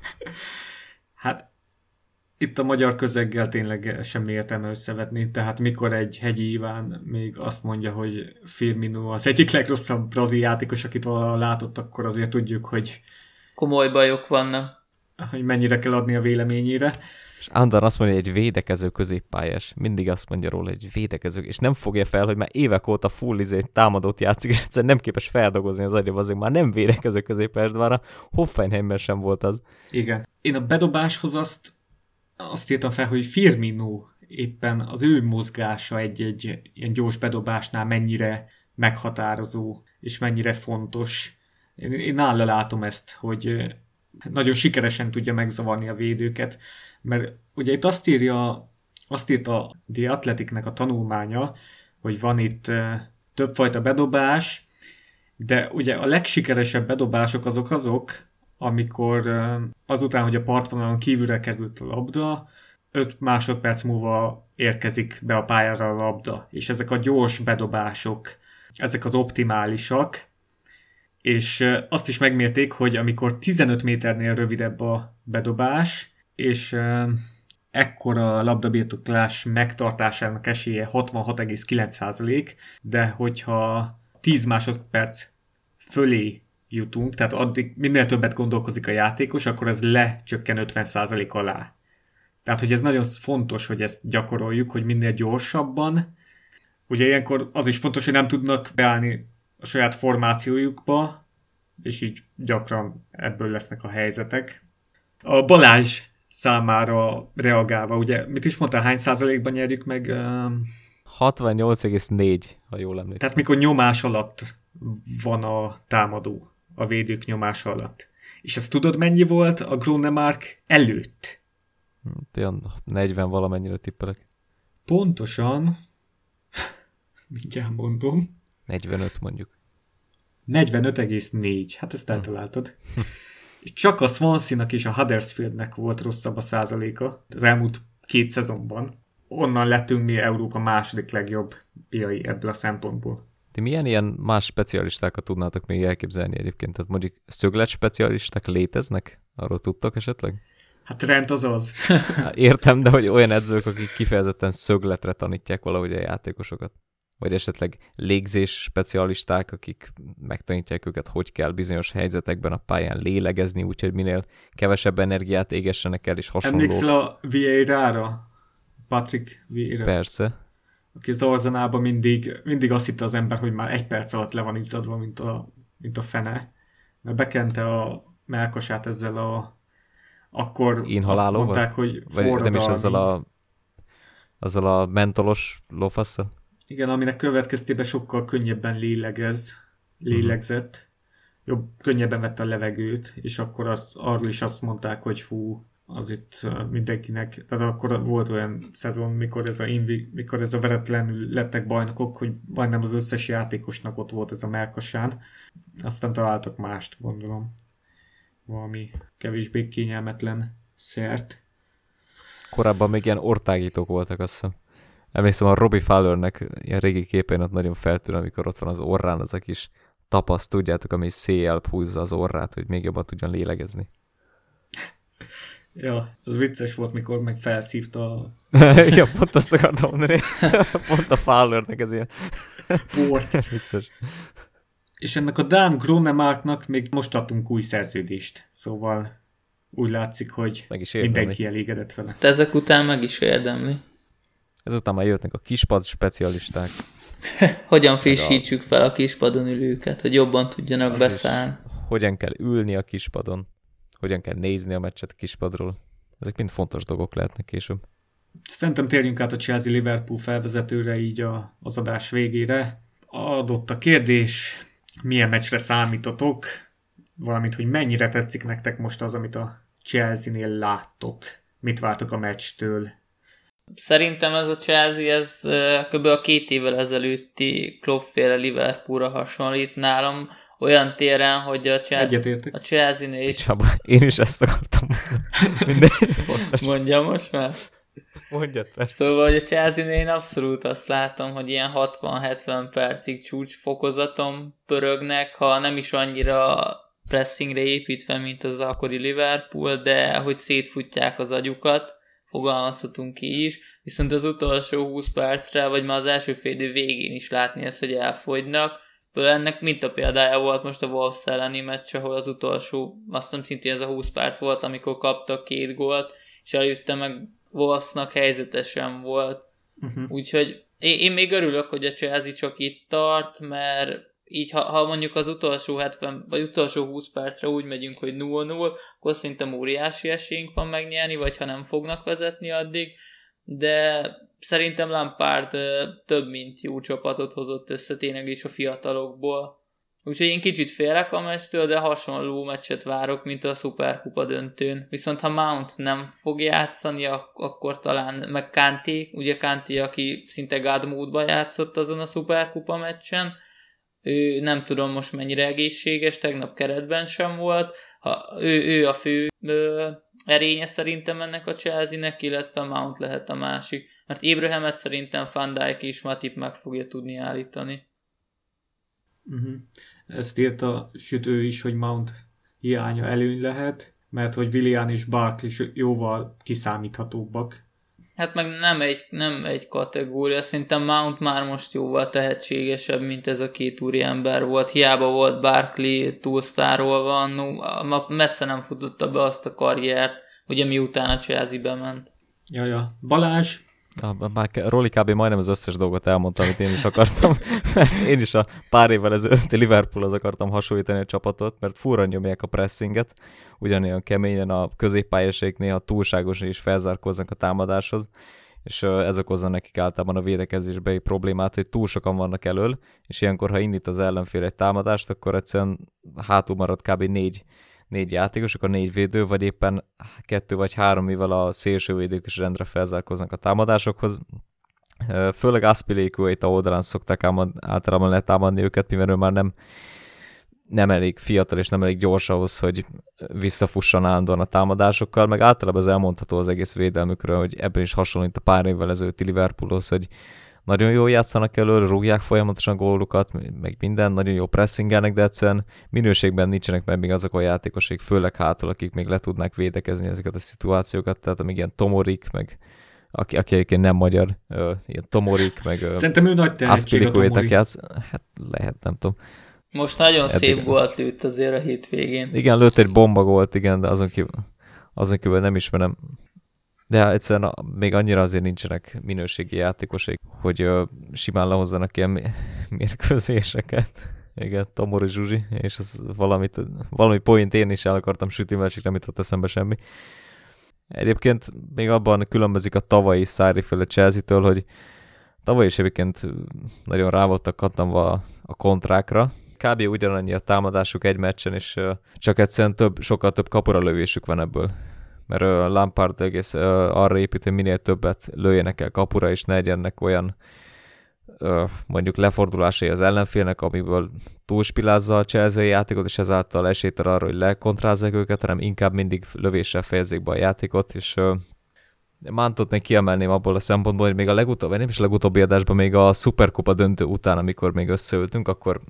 Hát itt a magyar közeggel tényleg semmi értelme összevetni. Tehát mikor egy Hegyi Iván még azt mondja, hogy Firmino az egyik legrosszabb brazil játékos, akit valaha látott, akkor azért tudjuk, hogy komoly bajok vannak. Hogy mennyire kell adni a véleményére. És Andor azt mondja, hogy egy védekező középpályás. Mindig azt mondja róla, hogy védekező, és nem fogja fel, hogy már évek óta full izé támadót játszik, és egyszerűen nem képes feldolgozni az agyba, azért már nem védekező középpályás, de már a Hoffenheimben sem volt az. Igen. Én a bedobáshoz azt, azt írtam fel, hogy Firmino éppen az ő mozgása egy-egy ilyen gyors bedobásnál mennyire meghatározó, és mennyire fontos. Én, én nála látom ezt, hogy nagyon sikeresen tudja megzavarni a védőket, mert ugye itt azt írja, azt írta a The Athleticnek a tanulmánya, hogy van itt uh, többfajta bedobás, de ugye a legsikeresebb bedobások azok azok, amikor uh, azután, hogy a partvonalon kívülre került a labda, öt másodperc múlva érkezik be a pályára a labda, és ezek a gyors bedobások, ezek az optimálisak, és azt is megmérték, hogy amikor tizenöt méternél rövidebb a bedobás, és ekkora labdabirtoklás megtartásának esélye hatvanhat egész kilenc százalék, de hogyha tíz másodperc fölé jutunk, tehát addig minél többet gondolkozik a játékos, akkor ez lecsökken ötven százalék alá. Tehát, hogy ez nagyon fontos, hogy ezt gyakoroljuk, hogy minél gyorsabban. Ugye ilyenkor az is fontos, hogy nem tudnak beállni a saját formációjukba, és így gyakran ebből lesznek a helyzetek. A Balázs számára reagálva, ugye mit is mondtál, hány százalékban nyerjük meg? Um... hatvannyolc egész négy, ha jól emlékszem. Tehát mikor nyomás alatt van a támadó, a védők nyomása alatt. És ezt tudod, mennyi volt a Gronemark előtt? Olyan negyven valamennyire tippelek. Pontosan, mindjárt mondom. negyvenöt mondjuk. negyvenöt egész négy, hát ezt eltaláltad. És csak a Swansea-nak és a Huddersfieldnek volt rosszabb a százaléka az elmúlt két szezonban. Onnan lettünk mi Európa második legjobb piai ebből a szempontból. Ti milyen ilyen más specialistákat tudnátok még elképzelni egyébként? Tehát mondjuk szöglet specialisták léteznek? Arról tudtok esetleg? Hát rend az az. Értem, de hogy olyan edzők, akik kifejezetten szögletre tanítják valahogy a játékosokat. Vagy esetleg légzés specialisták, akik megtanítják őket, hogy kell bizonyos helyzetekben a pályán lélegezni, úgyhogy minél kevesebb energiát égessenek el, és hasonló. Emlékszel a Vieira-ra? Patrick Vieira. Persze. Aki az Arzenában mindig, mindig azt hitte az ember, hogy már egy perc alatt le van izzadva, mint a, mint a fene. Mert bekente a melkasát ezzel a... Akkor azt mondták, hogy forradalmi. Nem is azzal a, azzal a mentolos lófasszal? Igen, aminek következtében sokkal könnyebben lélegez, lélegzett. Jobb, könnyebben vette a levegőt, és akkor az, arról is azt mondták, hogy fú, az itt mindenkinek, tehát akkor volt olyan szezon, mikor ez a, invi, mikor ez a veretlenül lettek bajnokok, hogy majdnem az összes játékosnak ott volt ez a melkasán. Aztán találtak mást, gondolom. Valami kevésbé kényelmetlen szert. Korábban még ilyen ortágítók voltak, azt hiszem. Emlékszem, a Robbie Fowlernek ilyen régi képein ott nagyon feltűn, amikor ott van az orrán az a kis tapaszt, tudjátok, ami széjjel húzza az orrát, hogy még jobban tudjon lélegezni. Ja, az vicces volt, mikor meg felszívta a... ja, pont azt akartam mondani. Pont a Fowlernek ez ilyen... Port. Vicces. És ennek a Dan Gronemarknak még most adtunk új szerződést, szóval úgy látszik, hogy mindenki elégedett vele. De ezek után meg is érdemli. Ezután már jöttnek a kispad specialisták. Hogyan frissítsük fel a kispadon ülőket, hogy jobban tudjanak beszállni. Hogyan kell ülni a kispadon, hogyan kell nézni a meccset a kispadról. Ezek mind fontos dolgok lehetnek később. Szerintem térjünk át a Chelsea-Liverpool felvezetőre így a, az adás végére. Adott a kérdés, milyen meccsre számítotok, valamint, hogy mennyire tetszik nektek most az, amit a Chelsea-nél láttok. Mit vártok a meccstől? Szerintem ez a Chelsea, ez kb. A két évvel ezelőtti Klopp-féle Liverpoolra hasonlít nálam, olyan téren, hogy a Chelsea, a Chelsea-nél is... Csaba, én is ezt akartam mondani. Mondjam most már? Mondjad, persze. Szóval, hogy a Chelsea-nél én abszolút azt látom, hogy ilyen hatvan-hetven percig csúcsfokozaton pörögnek, ha nem is annyira pressingre építve, mint az akkori Liverpool, de hogy szétfutják az agyukat, fogalmazhatunk ki is, viszont az utolsó húsz percre, vagy már az első fél idő végén is látni ezt, hogy elfogynak. Ennek mint a példája volt most a Wolves elleni meccs, ahol az utolsó, azt hiszem szintén ez a húsz perc volt, amikor kaptak két gólt, és előtte meg Wolvesnak helyzetesen volt. Uh-huh. Úgyhogy én, én még örülök, hogy a Chelsea csak itt tart, mert így ha, ha mondjuk az utolsó hetven vagy utolsó húsz percre úgy megyünk, hogy nulla nulla, akkor szerintem óriási esélyünk van megnyerni, vagy ha nem fognak vezetni addig, de szerintem Lampard több mint jó csapatot hozott össze tényleg is a fiatalokból. Úgyhogy én kicsit félek a meccstől, de hasonló meccset várok, mint a Superkupa döntőn. Viszont ha Mount nem fog játszani, akkor talán meg Kanté, ugye Kanté, aki szinte God módban játszott azon a Superkupa meccsen, ő nem tudom most mennyire egészséges, tegnap keretben sem volt, ha ő, ő a fő ö, erénye szerintem ennek a Chelsea-nek, illetve Mount lehet a másik, mert Abrahamet szerintem Van Dijk és Matip meg fogja tudni állítani. Uh-huh. Ezt írta Sütő is, hogy Mount hiánya előny lehet, mert hogy Willian és Barkley jóval kiszámíthatóbbak. Hát meg nem egy, nem egy kategória, szerintem Mount már most jóval tehetségesebb, mint ez a két úriember volt. Hiába volt Barkley túlsztárolva, no, messze nem futotta be azt a karriert, ugye miután a Chelsea-be ment. Ja, ja. Balázs? Ah, már Roli kb. Majdnem az összes dolgot elmondtam, amit én is akartam, mert én is a pár évvel ezelőtti Liverpoolhoz akartam hasonlítani a csapatot, mert fúran nyomják a pressinget, ugyanilyen keményen a középpályasék néha túlságosan is felzárkóznak a támadáshoz, és ez okozza nekik általában a védekezésbeli problémát, hogy túl sokan vannak elől, és ilyenkor, ha indít az ellenfél egy támadást, akkor egyszerűen hátul marad kb. négy négy játékos, akkor négy védő, vagy éppen kettő vagy három, mivel a szélső védők is rendre felzárkoznak a támadásokhoz. Főleg Azpilicueta oldalán szokták általában letámadni őket, mivel ő már nem, nem elég fiatal és nem elég gyors ahhoz, hogy visszafusson állandóan a támadásokkal, meg általában ez elmondható az egész védelmükről, hogy ebben is hasonlít a pár évvel ezelőtti Liverpoolhoz, hogy nagyon jól játszanak elől, rúgják folyamatosan gólukat, meg minden, nagyon jó pressingelnek, de egyszerűen minőségben nincsenek meg még azok a játékosok, főleg hátul, akik még le tudnák védekezni ezeket a szituációkat, tehát amíg ilyen Tomorik, meg aki, aki egyébként nem magyar, uh, ilyen Tomorik, meg Szerintem ő nagy tehetség a Tomori. Játsz, hát lehet, nem tudom. Most nagyon Eddig. szép gólt lőtt azért a hétvégén. Igen, lőtt egy bomba gólt, igen, de azon kívül, azon kívül nem ismerem. De egyszerűen még annyira azért nincsenek minőségi játékosok, hogy uh, simán lehozzanak ilyen mérkőzéseket. Igen, Tomori Zsuzsi, és az valamit, valami point én is el akartam sütni, mert csak nem jutott eszembe semmi. Egyébként még abban különbözik a tavalyi Sarri-féle Chelsea-től, hogy tavaly is egyébként nagyon rá voltak kattanva a kontrákra. Kb. Ugyanannyi a támadásuk egy meccsen, és uh, csak egyszerűen több, sokkal több kapura lövésük van ebből. Mert uh, Lampard egész uh, arra épít, hogy minél többet lőjenek el kapura, és ne legyenek olyan uh, mondjuk lefordulásai az ellenfélnek, amiből túlspilázza a Chelsea játékot, és ezáltal esélyt ad arra, hogy lekontrázzák őket, hanem inkább mindig lövéssel fejezzék be a játékot, és uh, Mountot még kiemelném abból a szempontból, hogy még a legutóbbi, nem is a legutóbbi adásban, még a Superkupa döntő után, amikor még összeültünk, akkor,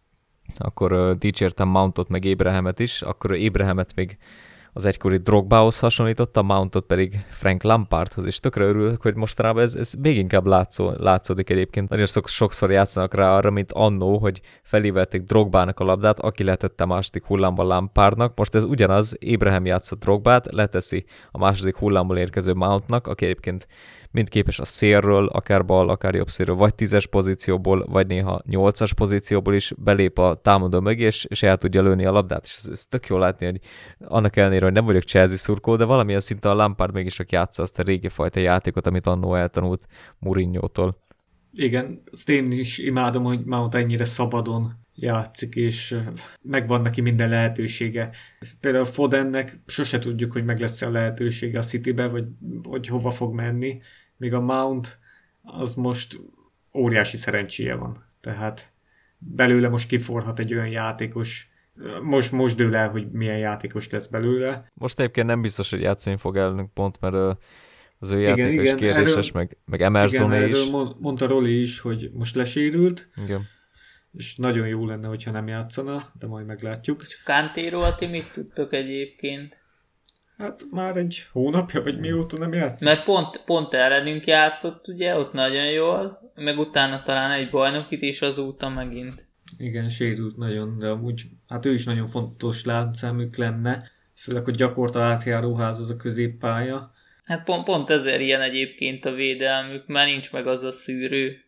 akkor uh, dicsértem Mountot meg Abrahamet is, akkor Abrahamet még az egykori Drogbához hasonlította, Mountot pedig Frank Lampardhoz, és tökre örülök, hogy mostanában ez, ez még inkább látszó, látszódik egyébként. Nagyon szok, sokszor játszanak rá arra, mint annó, hogy felívelték Drogbának a labdát, aki letette a második hullámban Lampardnak. Most ez ugyanaz, Abraham játszott Drogbát, leteszi a második hullámból érkező Mountnak, aki egyébként mind képes a szélről, akár bal, akár jobb szélről, vagy tízes pozícióból, vagy néha nyolcas pozícióból is belép a támadó mögé, és, és el tudja lőni a labdát. És ez, ez tök jó látni, hogy annak ellenére, hogy nem vagyok Chelsea szurkoló, de valamilyen szinten a Lampard mégis csak játsza azt a régi fajta játékot, amit annó eltanult Mourinho-tól. Igen, azt én is imádom, hogy Mount ennyire szabadon játszik, és megvan neki minden lehetősége. Például Fodennek sose tudjuk, hogy meg lesz a lehetősége a Citybe, vagy hogy hova fog menni, míg a Mount az most óriási szerencséje van. Tehát belőle most kiforhat egy olyan játékos, most, most dől el, hogy milyen játékos lesz belőle. Most egyébként nem biztos, hogy játszani fog elnünk pont, mert az ő játéka igen, is igen, kérdéses, erről, meg, meg Emerson is. Igen, mondta Roli is, hogy most lesérült, igen. És nagyon jó lenne, hogyha nem játszana, de majd meglátjuk. És Kantéról ti mit tudtok egyébként? Hát már egy hónapja, vagy mióta nem játszott. Mert pont, pont ellenünk játszott, ugye, ott nagyon jól, meg utána talán egy bajnokit, és azóta megint. Igen, sérült nagyon, de amúgy, hát ő is nagyon fontos láncszemük lenne, főleg, hogy gyakorta átjáróház az a középpálya. Hát pont, pont ezért ilyen egyébként a védelmük, mert nincs meg az a szűrő.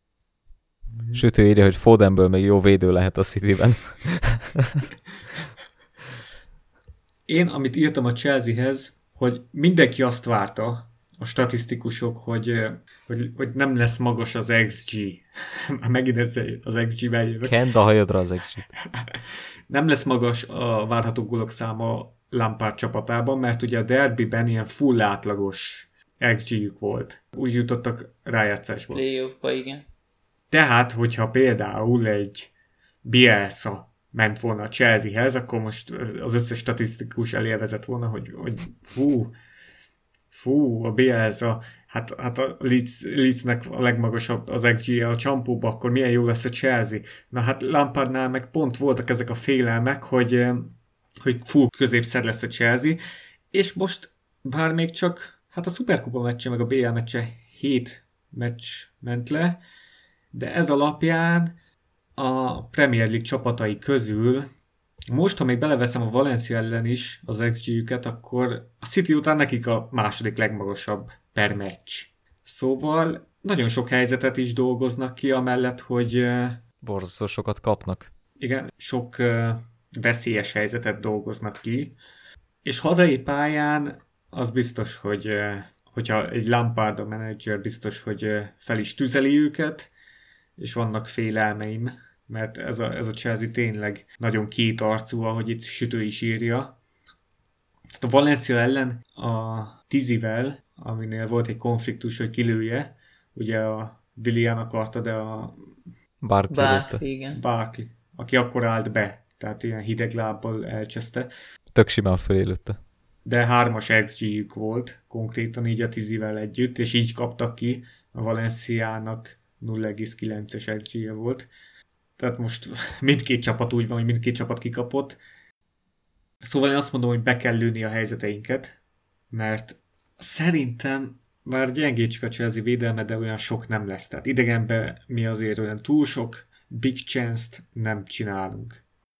Sőt, ő írja, hogy Fodenből még jó védő lehet a Cityben. Én, amit írtam a Chelseahez, hogy mindenki azt várta, a statisztikusok, hogy, hogy, hogy nem lesz magas az iksz gé. Megint ez az iksz gé-vel jövök. Kend a hajadra az iksz gé. Nem lesz magas a várható gólok száma Lampard csapatában, mert ugye a derbyben ilyen full átlagos iksz gé-jük volt. Úgy jutottak rájátszásból. Playoffba, igen. Tehát, hogyha például egy Bielsa ment volna a Chelseahez, akkor most az összes statisztikus elélvezett volna, hogy, hogy fú, fú, a Bielsa, hát, hát a Leeds, Leedsnek a legmagasabb az iksz gé a csampóba, akkor milyen jó lesz a Chelsea. Na hát Lampardnál meg pont voltak ezek a félelmek, hogy, hogy full középszer lesz a Chelsea, és most bár még csak, hát a Superkupa meccse meg a bé el meccse hét meccs ment le, de ez alapján a Premier League csapatai közül, most, ha még beleveszem a Valencia ellen is az iksz gé-jüket, akkor a City után nekik a második legmagasabb per meccs. Szóval nagyon sok helyzetet is dolgoznak ki, amellett, hogy borzasztó sokat kapnak. Igen, sok veszélyes helyzetet dolgoznak ki, és hazai pályán az biztos, hogy hogyha egy Lampard a menedzser, biztos, hogy fel is tüzeli őket, és vannak félelmeim, mert ez a, ez a Chelsea tényleg nagyon kétarcú, ahogy itt Sütő is írja. Tehát a Valencia ellen a Tizivel, aminél volt egy konfliktus, hogy kilője, ugye a Willian akarta, de a Barkley, Barkley, igen. Barkley, aki akkor állt be, tehát ilyen hideg lábbal elcseszte. Tök simán fölélőtte. De hármas iksz gé-jük volt konkrétan így a Tizivel együtt, és így kaptak ki, a Valenciának nulla egész kilences iksz gé-je volt. Tehát most mindkét csapat úgy van, hogy mindkét csapat kikapott. Szóval én azt mondom, hogy be kell lőni a helyzeteinket, mert szerintem már gyengétsük a Chelsea védelme, de olyan sok nem lesz. Tehát idegenben mi azért olyan túl sok big chance-t nem csinálunk.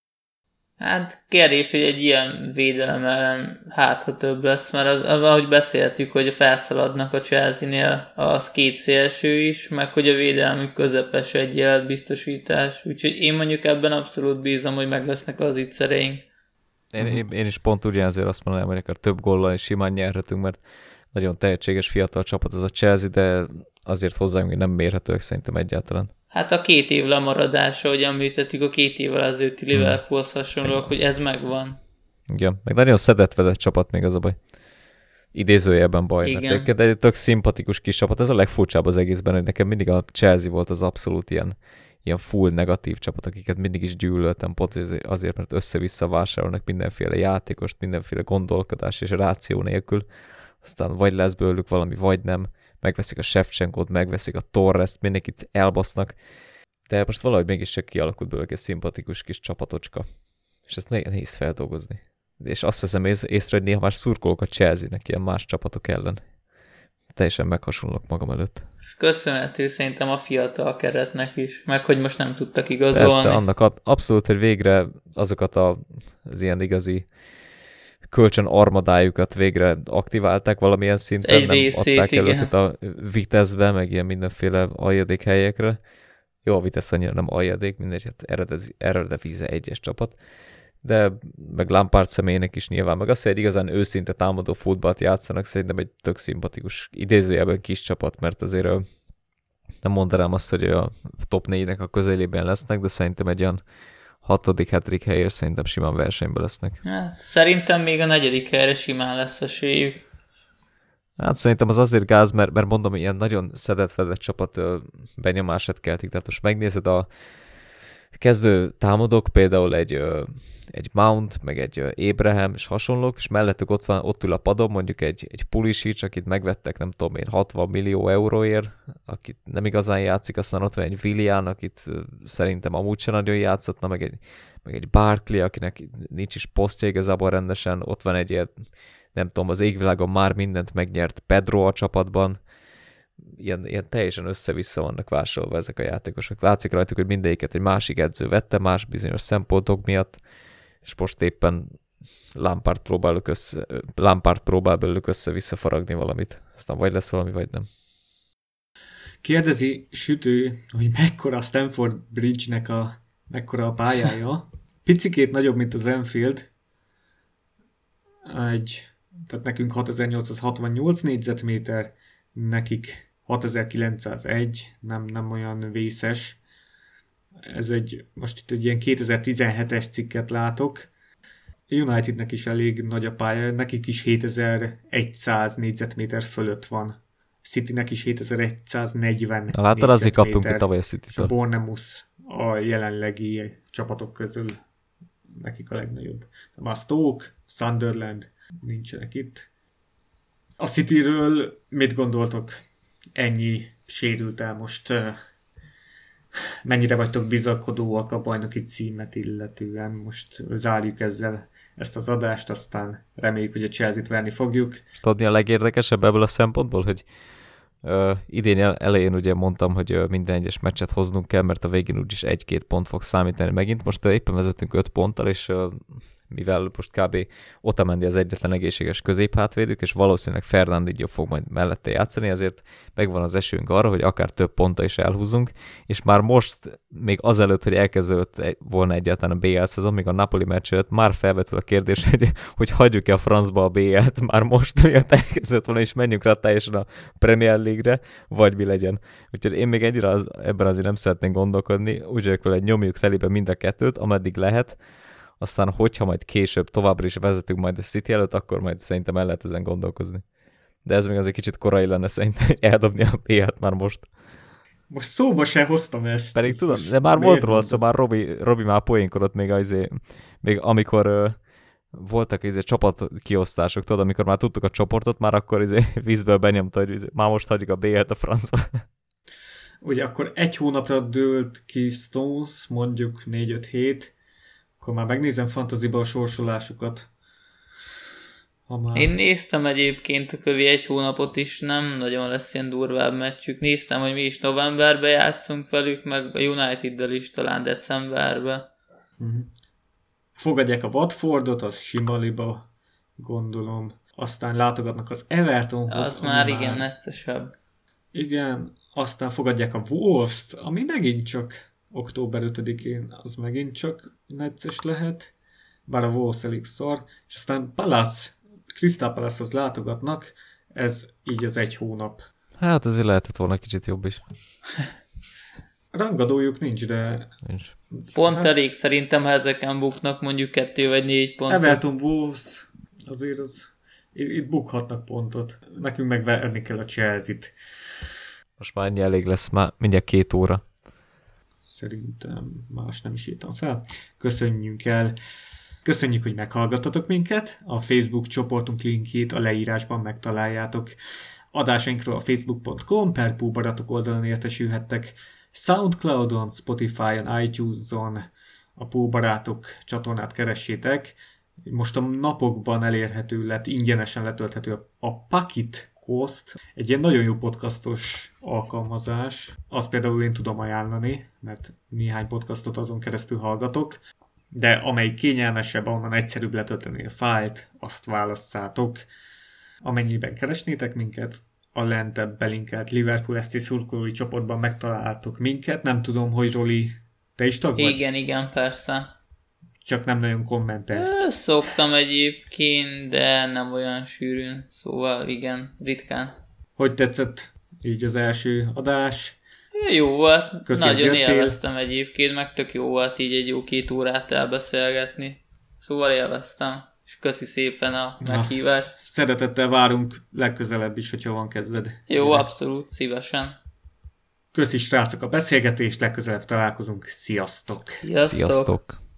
Hát kérdés, hogy egy ilyen védelem ellen hát, ha több lesz, mert az, ahogy beszéltük, hogy felszaladnak a Chelsea-nél az két szélső is, meg hogy a védelmük közepes egy életbiztosítás. Úgyhogy én mondjuk ebben abszolút bízom, hogy meg lesznek az ittszereink. Én, én, én is pont ugyanezért azt mondanám, hogy akár több góllal is simán nyerhetünk, mert nagyon tehetséges fiatal csapat az a Chelsea, de azért hozzánk még nem mérhetőek szerintem egyáltalán. Hát a két év lemaradása, hogy említettük a két évvel ezelőtti Liverpoolhoz hasonlóak, hogy ez megvan. Igen, meg nagyon szedett-vedett csapat még az a baj. Idézőjelben baj, Igen. mert egy, egy tök szimpatikus kis csapat. Ez a legfurcsább az egészben, hogy nekem mindig a Chelsea volt az abszolút ilyen, ilyen full negatív csapat, akiket mindig is gyűlöltem, pont azért, mert össze-vissza vásárolnak mindenféle játékost, mindenféle gondolkodás és ráció nélkül. Aztán vagy lesz belőlük valami, vagy nem. Megveszik a Shevchenkót, megveszik a Torrest, mindenkit elbasznak, de most valahogy mégiscsak kialakult belőle egy szimpatikus kis csapatocska. És ezt nehéz feldolgozni. És azt veszem ész, észre, hogy néha már szurkolok a Chelsea-nek ilyen más csapatok ellen. Teljesen meghasonlok magam előtt. Ez köszönhető szerintem a fiatal keretnek is, meg hogy most nem tudtak igazolni. Persze, annak abszolút, hogy végre azokat a, az ilyen igazi kölcsön armadájukat végre aktiválták valamilyen szinten, Egy nem részét, adták el igen. őket a Vitesse-be, meg ilyen mindenféle aljadék helyekre. Jó, a Vitesse annyira nem aljadék, mindegy, hát Eredivisie egyes csapat, de meg Lampard személyének is nyilván, meg azt, hogy egy igazán őszinte támadó futballt játszanak, szerintem egy tök szimpatikus, idézőjelben kis csapat, mert azért nem mondanám azt, hogy a top négynek a közelében lesznek, de szerintem egy olyan hatodik, hetedik helyért szerintem simán versenyben lesznek. Hát, szerintem még a negyedik helyre simán lesz esélyük. Hát szerintem az azért gáz, mert, mert mondom, ilyen nagyon szedett-vedett csapat benyomását keltik. Tehát most megnézed a kezdő támadók, például egy, egy Mount, meg egy Abraham és hasonlók, és mellettük ott, van, ott ül a padon mondjuk egy, egy Pulisic, akit megvettek nem tudom én hatvan millió euróért, akit nem igazán játszik, aztán ott van egy Willian, akit szerintem amúgy sem nagyon játszottna, meg egy, meg egy Barkley, akinek nincs is posztja igazából rendesen, ott van egy ilyen, nem tudom, az égvilágon már mindent megnyert Pedro a csapatban, ilyen, ilyen teljesen össze-vissza vannak vásárolva ezek a játékosok. Látszik rajtuk, hogy mindegyiket egy másik edző vette, más bizonyos szempontok miatt, és most éppen Lampard próbál, össze, Lampard próbál belőlük össze-vissza faragni valamit. Aztán vagy lesz valami, vagy nem. Kérdezi Sütő, hogy mekkora a Stamford Bridge-nek a, mekkora a pályája. Picikét nagyobb, mint az Anfield. Egy, tehát nekünk hatezer-nyolcszázhatvannyolc négyzetméter, nekik hatezer-kilencszázegy, nem, nem olyan vészes. Ez egy, most itt egy ilyen kétezer-tizenhetes cikket látok. Unitednek is elég nagy a pálya, nekik is hétezer-száz négyzetméter fölött van. Citynek is hétezer-száznegyven Na, láttad, azért kaptunk itt tavaly a Citytől. A Bournemouth a jelenlegi csapatok közül nekik a legnagyobb. De a Stoke, Sunderland nincsenek itt. A Cityről mit gondoltok? Ennyi sérült el most. Mennyire vagytok bizakodóak a bajnoki címet illetően? Most zárjuk ezzel ezt az adást, aztán reméljük, hogy a Chelsea-t verni fogjuk. És tudod, mi a legérdekesebb ebből a szempontból, hogy uh, idén elején ugye mondtam, hogy uh, minden egyes meccset hoznunk kell, mert a végén úgyis egy-két pont fog számítani megint. Most uh, éppen vezetünk öt ponttal, és uh, mivel most kb. Otamendi az egyetlen egészséges középhátvédük, és valószínűleg Fernandinho fog majd mellette játszani, ezért megvan az esélyünk arra, hogy akár több ponta is elhúzunk, és már most, még azelőtt, hogy elkezdődött volna egyáltalán a bé el szezon, még a Napoli meccs előtt már felvetül a kérdés, hogy, hogy hagyjuk-e a francba a bé el-t már most, miatt elkezdődött volna, és menjünk rá teljesen a Premier League-re, vagy mi legyen. Úgyhogy én még ennyire az, ebben azért nem szeretnék gondolkodni, úgyhogy akkor nyomjuk telébe mind a kettőt, ameddig lehet. Aztán, hogyha majd később továbbra is vezetünk majd a City előtt, akkor majd szerintem el lehet ezen gondolkozni. De ez még azért kicsit korai lenne szerintem eldobni a bé el-t már most. Most szóba se hoztam ezt. Pedig ezt tudom, de már volt róla szó, már Robi, Robi már poénkodott még, azért, még amikor uh, voltak izé, csapatkiosztások, tudod, amikor már tudtuk a csoportot, már akkor izé, vízből benyomta, hogy izé, már most hagyjuk a bé el-t a francba. Ugye akkor egy hónapra dőlt ki Stones, mondjuk négy-öt hét, akkor már megnézem fantasyba a sorsolásukat. Már... Én néztem egyébként a kövi egy hónapot is, nem nagyon lesz ilyen durvább meccsük. Néztem, hogy mi is novemberben játszunk velük, meg a United-del is talán decemberben. Uh-huh. Fogadják a Watfordot, az sima liba, gondolom. Aztán látogatnak az Evertonhoz. Az már igen már... neccesebb. Igen, aztán fogadják a Wolves-t, ami megint csak október ötödikén, az megint csak necces lehet, bár a Wolves elég szar, és aztán Palace, Crystal Palace-hoz látogatnak, ez így az egy hónap. Hát azért lehetett volna kicsit jobb is. Rangadójuk nincs, de... Nincs. Pont hát... elég szerintem, ha ezeken buknak mondjuk kettő vagy négy pontot. Everton Wolves, azért az... Itt bukhatnak pontot. Nekünk megverni kell a Chelsea-t. Most már ennyi elég lesz, már mindjárt két óra. Szerintem más nem is írtam fel. Köszönjünk el. Köszönjük, hogy meghallgattatok minket. A Facebook csoportunk linkjét a leírásban megtaláljátok. Adásainkról a facebook pont com per Póbaratok oldalon értesülhettek. Soundcloudon, Spotify-on, iTunes-on a Póbarátok csatornát keressétek. Most a napokban elérhető lett, ingyenesen letölthető a Pakit Coast, egy ilyen nagyon jó podcastos alkalmazás. Azt például én tudom ajánlani, mert néhány podcastot azon keresztül hallgatok, de amelyik kényelmesebb, onnan egyszerűbb letölteni a fájlt, azt válasszátok. Amennyiben keresnétek minket, a lentebb belinkelt Liverpool ef cé szurkolói csoportban megtaláltok minket. Nem tudom, hogy Roli, te is tag vagy? Igen, igen, persze. Csak nem nagyon kommentelsz. Szoktam egyébként, de nem olyan sűrűn, szóval igen, ritkán. Hogy tetszett így az első adás? Jó volt, Köszi, nagyon élveztem egyébként, meg tök jó volt így egy jó két órát elbeszélgetni. Szóval élveztem, és köszi szépen a meghívást. Ah, szeretettel várunk legközelebb is, hogyha van kedved. Jó, gyere. Abszolút, szívesen. Köszi srácok a beszélgetést, legközelebb találkozunk. Sziasztok! Sziasztok! Sziasztok.